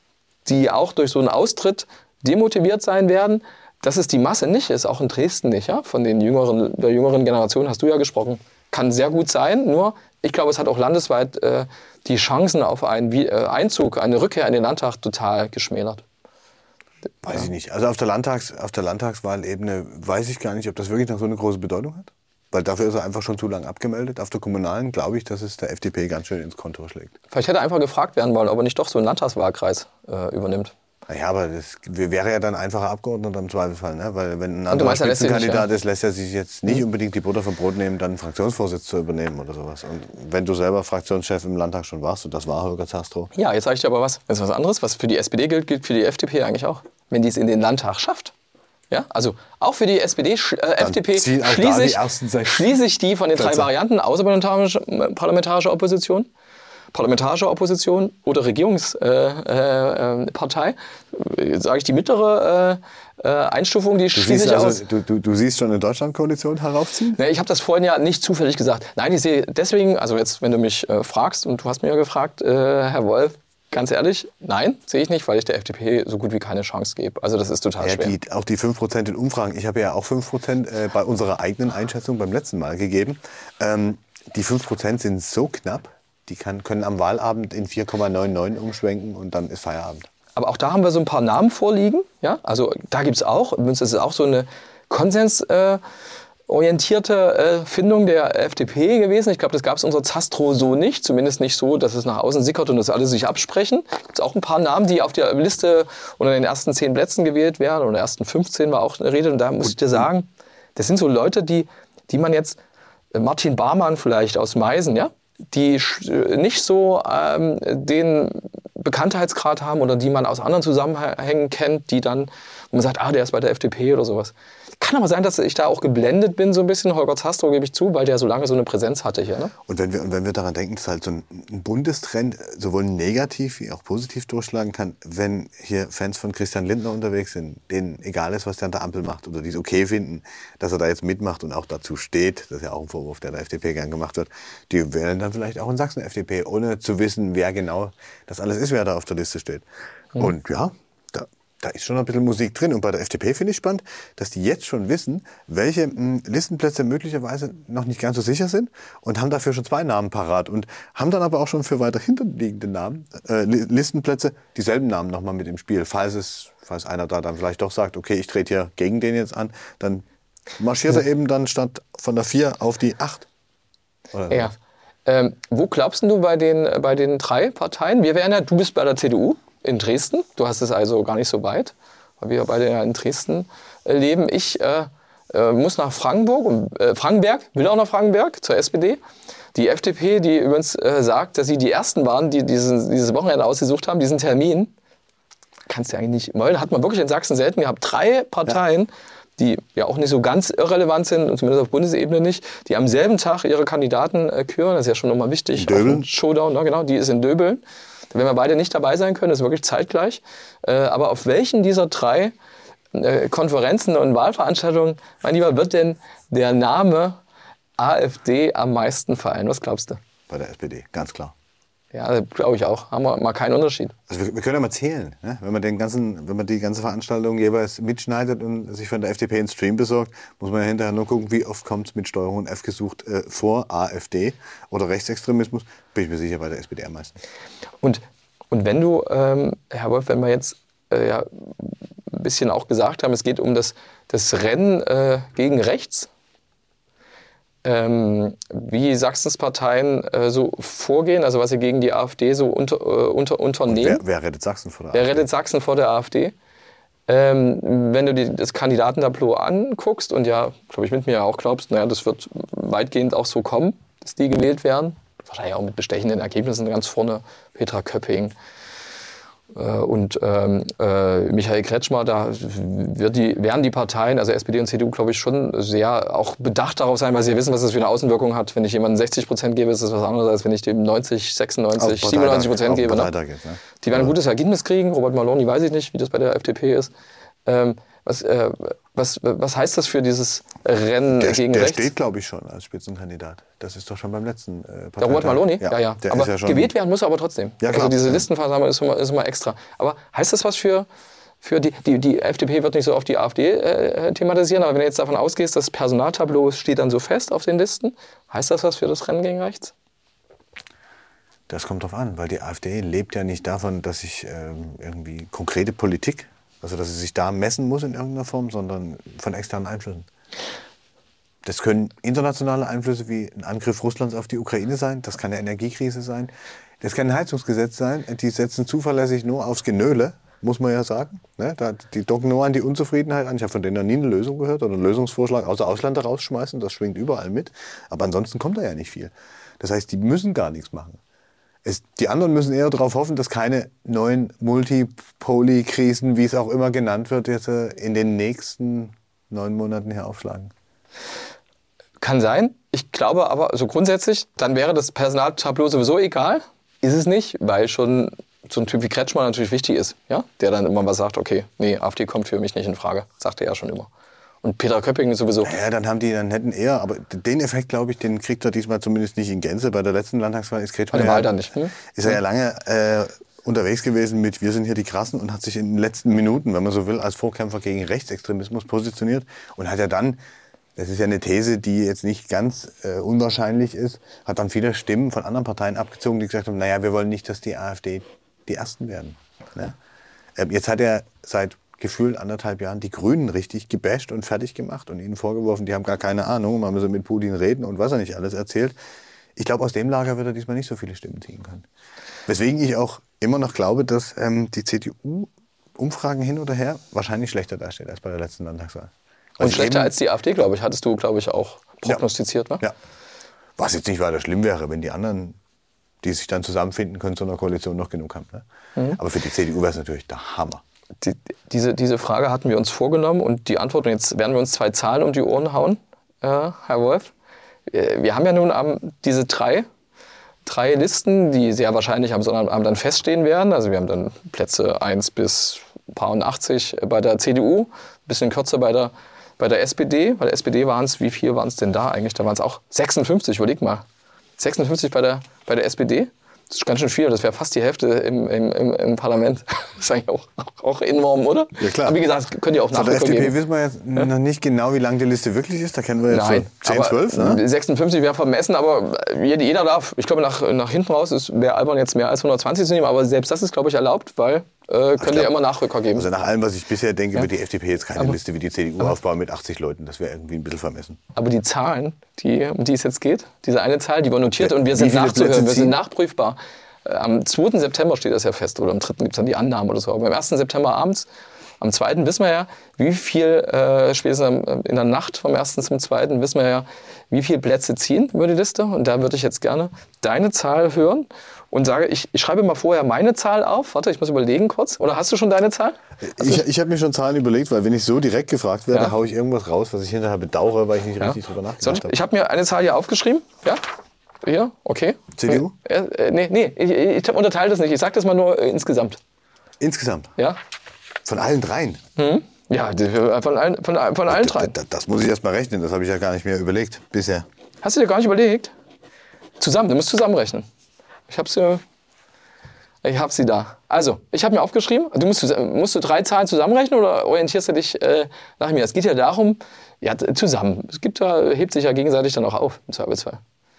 die auch durch so einen Austritt demotiviert sein werden. Dass es die Masse nicht ist, auch in Dresden nicht, ja? Von den jüngeren, der jüngeren Generation hast du ja gesprochen. Kann sehr gut sein, nur ich glaube, es hat auch landesweit äh, die Chancen auf einen Wie- äh, Einzug, eine Rückkehr in den Landtag total geschmälert.
Weiß ich nicht. Also auf der, Landtags-, auf der Landtagswahlebene weiß ich gar nicht, ob das wirklich noch so eine große Bedeutung hat. Weil dafür ist er einfach schon zu lang abgemeldet. Auf der kommunalen glaube ich, dass es der F D P ganz schön ins Konto schlägt.
Vielleicht hätte er einfach gefragt werden wollen, ob er nicht doch so einen Landtagswahlkreis äh, übernimmt.
Naja, aber das wäre ja dann einfacher Abgeordneter im Zweifelsfall. Ne? Weil wenn ein
Und du
anderer
meinst, er lässt sich nicht,
Spitzenkandidat
ja?
ist, lässt er sich jetzt nicht unbedingt die Butter vom Brot nehmen, dann einen Fraktionsvorsitz zu übernehmen oder sowas. Und wenn du selber Fraktionschef im Landtag schon warst, und das war Holger Zastrow.
Ja, jetzt sage ich dir aber was. Das ist was anderes, was für die S P D gilt, gilt für die F D P eigentlich auch. Wenn die es in den Landtag schafft. Ja, also auch für die S P D, äh, F D P
ziehen auch da
schließe
die
ich,
ersten sechs
schließe ich die von den drei
Plätze.
Varianten außerparlamentarische parlamentarische Opposition, parlamentarische Opposition oder Regierungspartei, äh, äh, Partei, äh, sage ich die mittlere äh, äh, Einstufung, die
Du,
schließe
siehst
ich aus.
also, du, du, du siehst schon eine Deutschlandkoalition heraufziehen?
Ne, ich habe das vorhin ja nicht zufällig gesagt. Nein, ich sehe deswegen, also jetzt, wenn du mich äh, fragst, und du hast mich ja gefragt, äh, Herr Wolf, ganz ehrlich, nein, sehe ich nicht, weil ich der F D P so gut wie keine Chance gebe. Also das ist total
Ja,
schwer.
die, auch die fünf Prozent in Umfragen. Ich habe ja auch fünf Prozent äh, bei unserer eigenen Einschätzung beim letzten Mal gegeben. Ähm, die fünf Prozent sind so knapp, Die kann, können am Wahlabend in vier Komma neunundneunzig umschwenken und dann ist Feierabend.
Aber auch da haben wir so ein paar Namen vorliegen. Ja? Also da gibt es auch, übrigens ist es auch so eine konsensorientierte äh, Findung der F D P gewesen. Ich glaube, das gab es unser Zastro so nicht. Zumindest nicht so, dass es nach außen sickert und dass alle sich absprechen. Es gibt auch ein paar Namen, die auf der Liste unter den ersten zehn Plätzen gewählt werden. Oder ersten fünfzehn war auch eine Rede. Und da muss ich dir sagen, das sind so Leute, die, die man jetzt, Martin Barmann vielleicht aus Meißen, ja, die nicht so ähm, den Bekanntheitsgrad haben oder die man aus anderen Zusammenhängen kennt, die dann, wo man sagt, ah, der ist bei der F D P oder sowas. Kann aber sein, dass ich da auch geblendet bin, so ein bisschen. Holger Zastro gebe ich zu, weil der so lange so eine Präsenz hatte hier. Ne?
Und wenn wir, und wenn wir daran denken, dass halt so ein, ein Bundestrend sowohl negativ wie auch positiv durchschlagen kann, wenn hier Fans von Christian Lindner unterwegs sind, denen egal ist, was der an der Ampel macht oder die es okay finden, dass er da jetzt mitmacht und auch dazu steht, das ist ja auch ein Vorwurf, der der F D P gern gemacht wird, die wählen dann vielleicht auch in Sachsen F D P, ohne zu wissen, wer genau das alles ist, wer da auf der Liste steht. Mhm. Und ja, da, da ist schon ein bisschen Musik drin. Und bei der F D P finde ich spannend, dass die jetzt schon wissen, welche mh, Listenplätze möglicherweise noch nicht ganz so sicher sind und haben dafür schon zwei Namen parat und haben dann aber auch schon für weiter hinterliegende Namen, äh, Listenplätze, dieselben Namen nochmal mit im Spiel. Falls es, falls einer da dann vielleicht doch sagt, okay, ich trete hier gegen den jetzt an, dann marschiert er eben dann statt von der vier auf die acht. Oder
ja. Ähm, wo glaubst du bei den, bei den drei Parteien? Wir wären ja, du bist bei der C D U in Dresden. Du hast es also gar nicht so weit, weil wir beide ja in Dresden äh, leben. Ich äh, äh, muss nach Frankenburg, äh, Frankenberg, will auch nach Frankenberg zur S P D. Die F D P, die übrigens äh, sagt, dass sie die Ersten waren, die dieses, dieses Wochenende ausgesucht haben, diesen Termin. Kannst du ja eigentlich nicht wollen. Hat man wirklich in Sachsen selten gehabt. Drei Parteien, ja, die ja auch nicht so ganz irrelevant sind, und zumindest auf Bundesebene nicht, die am selben Tag ihre Kandidaten äh, küren. Das ist ja schon nochmal wichtig.
Döbeln.
Showdown, ne, genau, die ist in Döbeln. Da werden wir beide nicht dabei sein können, das ist wirklich zeitgleich. Äh, aber auf welchen dieser drei äh, Konferenzen und Wahlveranstaltungen, mein Lieber, wird denn der Name AfD am meisten fallen? Was glaubst du?
Bei der S P D, ganz klar.
Ja, glaube ich auch. Haben wir mal keinen Unterschied.
Also wir, wir können ja mal zählen, ne? Wenn man den ganzen, wenn man die ganze Veranstaltung jeweils mitschneidet und sich von der F D P einen Stream besorgt, muss man ja hinterher nur gucken, wie oft kommt es mit Steuerung F gesucht äh, vor AfD oder Rechtsextremismus. Bin ich mir sicher, bei der S P D am meisten.
Und, und wenn du, ähm, Herr Wolf, wenn wir jetzt äh, ja, ein bisschen auch gesagt haben, es geht um das, das Rennen äh, gegen rechts, Ähm, wie Sachsens Parteien äh, so vorgehen, also was sie gegen die AfD so unter, äh, unter, unternehmen.
Wer, wer rettet Sachsen vor der
wer
AfD?
Wer rettet Sachsen vor der AfD? Ähm, wenn du dir das Kandidatentableau anguckst und ja, glaube ich, mit mir auch glaubst, naja, das wird weitgehend auch so kommen, dass die gewählt werden. Wahrscheinlich auch mit bestechenden Ergebnissen ganz vorne. Petra Köpping und ähm, äh, Michael Kretschmer, da wird die, werden die Parteien, also S P D und C D U, glaube ich, schon sehr auch bedacht darauf sein, weil sie ja wissen, was das für eine Außenwirkung hat. Wenn ich jemandem sechzig Prozent gebe, ist das was anderes, als wenn ich dem neunzig, sechsundneunzig, siebenundneunzig Prozent gebe. Ne? Jetzt, ne? Die werden ein gutes Ergebnis kriegen. Robert Maloney weiß ich nicht, wie das bei der F D P ist. Ähm, was, äh, was, was heißt das für dieses Rennen
der,
gegen
der
rechts?
Der steht, glaube ich, schon als Spitzenkandidat. Das ist doch schon beim letzten äh,
Der Robert Maloney? Ja, ja. ja.
Der
aber
ist ja schon
gewählt werden muss er aber trotzdem. Ja, also diese Listenversammlung ist immer, ist immer extra. Aber heißt das was für, für die, die, die F D P wird nicht so auf die AfD äh, thematisieren, aber wenn du jetzt davon ausgehst, das Personaltableau steht dann so fest auf den Listen, heißt das was für das Rennen gegen rechts?
Das kommt drauf an, weil die AfD lebt ja nicht davon, dass sich ähm, irgendwie konkrete Politik, also dass sie sich da messen muss in irgendeiner Form, sondern von externen Einflüssen. Das können internationale Einflüsse wie ein Angriff Russlands auf die Ukraine sein, das kann eine Energiekrise sein, das kann ein Heizungsgesetz sein, die setzen zuverlässig nur aufs Genöle, muss man ja sagen. Ne? Da, die docken nur an die Unzufriedenheit an. Ich habe von denen noch nie eine Lösung gehört oder einen Lösungsvorschlag, außer Ausländer rausschmeißen, das schwingt überall mit. Aber ansonsten kommt da ja nicht viel. Das heißt, die müssen gar nichts machen. Es, die anderen müssen eher darauf hoffen, dass keine neuen Multipoli-Krisen, wie es auch immer genannt wird, jetzt in den nächsten neun Monaten hier aufschlagen.
Kann sein. Ich glaube aber, so also grundsätzlich, dann wäre das Personaltableau sowieso egal. Ist es nicht, weil schon so ein Typ wie Kretschmer natürlich wichtig ist, ja? Der dann immer mal sagt, okay, nee, AfD kommt für mich nicht in Frage. Sagt er ja schon immer. Und Petra Köpping sowieso.
Ja, dann haben die, dann hätten eher, aber den Effekt, glaube ich, den kriegt er diesmal zumindest nicht in Gänze. Bei der letzten Landtagswahl ist Kretschmer
ja,
ja,
nicht, hm?
ist er ja lange äh, unterwegs gewesen mit Wir sind hier die Krassen und hat sich in den letzten Minuten, wenn man so will, als Vorkämpfer gegen Rechtsextremismus positioniert und hat ja dann Das ist ja eine These, die jetzt nicht ganz äh, unwahrscheinlich ist. Hat dann viele Stimmen von anderen Parteien abgezogen, die gesagt haben, naja, wir wollen nicht, dass die AfD die Ersten werden. Ne? Ähm, jetzt hat er seit gefühlt anderthalb Jahren die Grünen richtig gebasht und fertig gemacht und ihnen vorgeworfen, die haben gar keine Ahnung, man müsse mit Putin reden und was er nicht alles erzählt. Ich glaube, aus dem Lager wird er diesmal nicht so viele Stimmen ziehen können. Weswegen ich auch immer noch glaube, dass ähm, die C D U Umfragen hin oder her wahrscheinlich schlechter dasteht als bei der letzten Landtagswahl. Weil
und schlechter als die AfD, glaube ich, hattest du, glaube ich, auch prognostiziert,
ja.
ne?
Ja. Was jetzt nicht weiter schlimm wäre, wenn die anderen, die sich dann zusammenfinden können, zu einer Koalition noch genug haben. Ne? Mhm. Aber für die C D U wäre es natürlich der Hammer.
Die, diese, diese Frage hatten wir uns vorgenommen und die Antwort, und jetzt werden wir uns zwei Zahlen um die Ohren hauen, äh, Herr Wolf. Wir haben ja nun um, diese drei, drei Listen, die sehr wahrscheinlich am Sonnabend dann feststehen werden. Also wir haben dann Plätze eins bis achtzig bei der C D U, ein bisschen kürzer bei der, bei der S P D. Bei der S P D waren es, wie viel waren es denn da eigentlich? Da waren es auch sechsundfünfzig, überleg mal. sechsundfünfzig bei der, bei der S P D. Das ist ganz schön viel, das wäre fast die Hälfte im, im, im, im Parlament. Das ist eigentlich auch, auch enorm, oder?
Ja, klar.
Aber wie gesagt, könnt ihr auch
Von der
Nachrücker
F D P
geben.
wissen wir jetzt
Ja?
noch nicht genau, wie lang die Liste wirklich ist. Da kennen wir jetzt
Nein,
so zehn, zwölf. Ne?
sechsundfünfzig wäre vermessen, aber jeder, jeder darf. Ich glaube, nach, nach hinten raus wäre albern, jetzt mehr als hundertzwanzig zu nehmen. Aber selbst das ist, glaube ich, erlaubt, weil äh, könnt ihr immer Nachrücker geben.
Also nach allem, was ich bisher denke,
Ja.
wird die F D P jetzt keine
Aber-
Liste wie die C D U aufbauen mit achtzig Leuten. Das wäre irgendwie ein bisschen vermessen.
Aber die Zahlen, die, um die es jetzt geht, diese eine Zahl, die war notiert
Ja,
und wir
wie
sind
viele
nachzuhören,
Plätze
wir sind
ziehen?
nachprüfbar. Äh, Am zweiten September steht das ja fest, oder am dritten gibt es dann die Annahme oder so. Aber am ersten September abends, am zweiten wissen wir ja, wie viel, äh, spätestens in der Nacht vom ersten zum zweiten wissen wir ja, wie viele Plätze ziehen über die Liste. Und da würde ich jetzt gerne deine Zahl hören und sage, ich, ich schreibe mal vorher meine Zahl auf. Warte, ich muss überlegen kurz. Oder hast du schon deine Zahl?
Ich, ich habe mir schon Zahlen überlegt, weil wenn ich so direkt gefragt werde,
Ja.
haue ich irgendwas raus, was ich hinterher bedauere, weil ich nicht
Ja.
richtig drüber
Soll
nachgedacht
ich
habe.
ich habe mir eine Zahl hier aufgeschrieben. Ja? Hier, okay.
C D U?
Äh, äh, nee, nee, ich, ich unterteile das nicht. Ich sage das mal nur äh, insgesamt.
Insgesamt?
Ja?
Von allen dreien?
Ja, die- von allen, von, allen- von allen drei.
Das, das muss ich erst mal rechnen, das habe ich ja gar nicht mehr überlegt bisher.
Hast du dir gar nicht überlegt? Zusammen, du musst zusammenrechnen. Ich habe sie, ich hab sie da. Also, ich habe mir aufgeschrieben, du musst, zus- musst du drei Zahlen zusammenrechnen oder orientierst du dich äh, nach mir? Es geht ja darum, ja, t- zusammen. Es gibt da, hebt sich ja gegenseitig dann auch auf, im Zweifelsfall.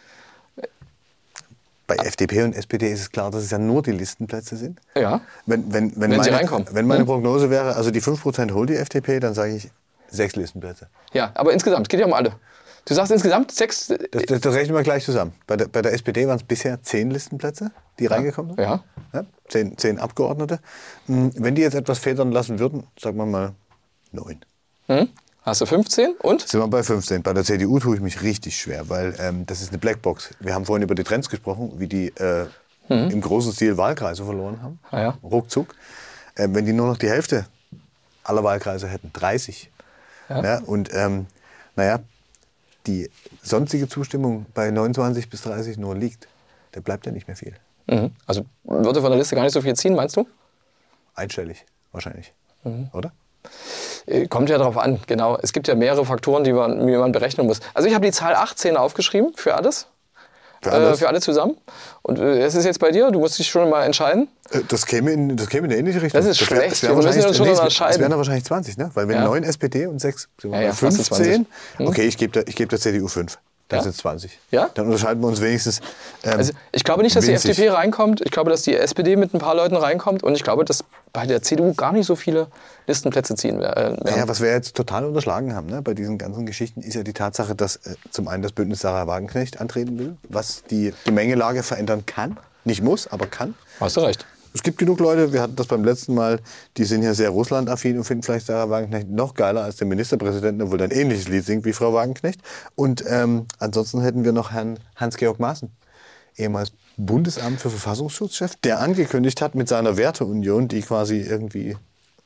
Bei F D P und S P D ist es klar, dass es ja nur die Listenplätze sind.
Ja.
Wenn, wenn, wenn,
Wenn
meine,
sie reinkommen.
wenn meine
Hm.
Prognose wäre, also die fünf Prozent holt die F D P, dann sage ich sechs Listenplätze.
Ja, aber insgesamt, es geht ja um alle. Du sagst insgesamt sechs.
Das, das, das rechnen wir gleich zusammen. Bei der, bei der S P D waren es bisher zehn Listenplätze, die reingekommen sind.
Ja.
Ja, zehn, zehn Abgeordnete. Hm, Wenn die jetzt etwas federn lassen würden, sagen wir mal neun.
Hm? Hast du fünfzehn und?
Sind wir bei fünfzehn. Bei der C D U tue ich mich richtig schwer, weil ähm, das ist eine Blackbox. Wir haben vorhin über die Trends gesprochen, wie die äh, im großen Stil Wahlkreise verloren haben.
Ah ja.
Ruckzuck. Ähm, wenn die nur noch die Hälfte aller Wahlkreise hätten, dreißig.
Ja.
Ja, und ähm, naja, die sonstige Zustimmung bei neunundzwanzig bis dreißig nur liegt, da bleibt ja nicht mehr viel.
Mhm. Also würde von der Liste gar nicht so viel ziehen, meinst du?
Einstellig wahrscheinlich, oder?
Äh, Kommt ja darauf an, genau. Es gibt ja mehrere Faktoren, die man, die man berechnen muss. Also ich habe die Zahl achtzehn aufgeschrieben für alles.
Für alles?
Äh, für alle zusammen. Und äh, es ist jetzt bei dir, du musst dich schon mal entscheiden.
Äh, Das käme, in, das käme in eine ähnliche Richtung.
Das ist
wär-
schlecht.
Das wären
Wir müssen
wahrscheinlich,
uns schon
nee, es wär-
unterscheiden.
es wären dann wahrscheinlich zwanzig, ne? Weil wenn
Ja.
neun S P D und sechs, sind wir
Ja,
bei
ja, fast
fünfzehn.
zwanzig.
Okay, ich gebe der, ich geb der C D U fünf. Dann
Ja?
sind es zwanzig.
Ja?
Dann unterscheiden wir uns wenigstens. Ähm,
Also ich glaube nicht, dass die
winzig.
F D P reinkommt. Ich glaube, dass die S P D mit ein paar Leuten reinkommt. Und ich glaube, dass bei der C D U gar nicht so viele Listenplätze ziehen wer- äh, werden.
Naja, was wir jetzt total unterschlagen haben, ne, bei diesen ganzen Geschichten, ist ja die Tatsache, dass äh, zum einen das Bündnis Sarah Wagenknecht antreten will, was die Gemengelage verändern kann. Nicht muss, aber kann.
Hast du recht.
Es gibt genug Leute, wir hatten das beim letzten Mal, die sind ja sehr russlandaffin und finden vielleicht Sarah Wagenknecht noch geiler als den Ministerpräsidenten, obwohl er ein ähnliches Lied singt wie Frau Wagenknecht. Und ähm, ansonsten hätten wir noch Herrn Hans-Georg Maaßen, ehemals Bundesamt für Verfassungsschutzchef, der angekündigt hat, mit seiner Werteunion, die quasi irgendwie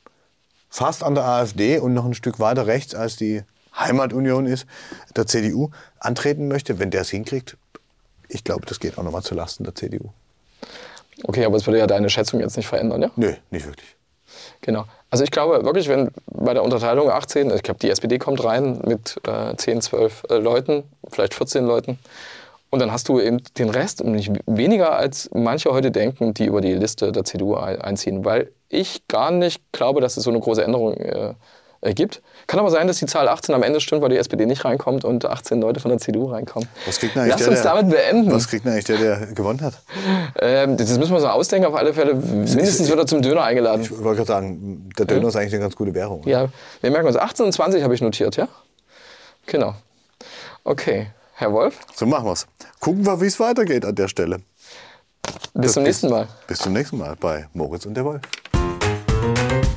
fast an der AfD und noch ein Stück weiter rechts als die Heimatunion ist, der C D U, antreten möchte. Wenn der es hinkriegt, ich glaube, das geht auch nochmal zulasten der C D U.
Okay, aber es würde ja deine Schätzung jetzt nicht verändern, ja?
Nö, nicht wirklich.
Genau. Also ich glaube wirklich, wenn bei der Unterteilung achtzehn, ich glaube, die S P D kommt rein mit äh, zehn, zwölf äh, Leuten, vielleicht vierzehn Leuten. Und dann hast du eben den Rest, und nicht weniger als manche heute denken, die über die Liste der C D U ein- einziehen. Weil ich gar nicht glaube, dass es so eine große Änderung äh, äh, gibt. Kann aber sein, dass die Zahl achtzehn am Ende stimmt, weil die S P D nicht reinkommt und achtzehn Leute von der C D U reinkommen.
Was kriegt denn eigentlich
Lass
der,
uns
der,
damit beenden.
Was kriegt denn eigentlich der, der gewonnen hat?
Ähm, das müssen wir so ausdenken, auf alle Fälle. Mindestens wird er zum Döner eingeladen.
Ich wollte gerade sagen, der Döner ja. ist eigentlich eine ganz gute Währung. Oder?
Ja, wir merken uns, achtzehn und zwanzig habe ich notiert, ja? Genau. Okay, Herr Wolf?
So machen wir es. Gucken wir, wie es weitergeht an der Stelle.
Bis das zum nächsten Mal.
Bis zum nächsten Mal bei Moritz und der Wolf.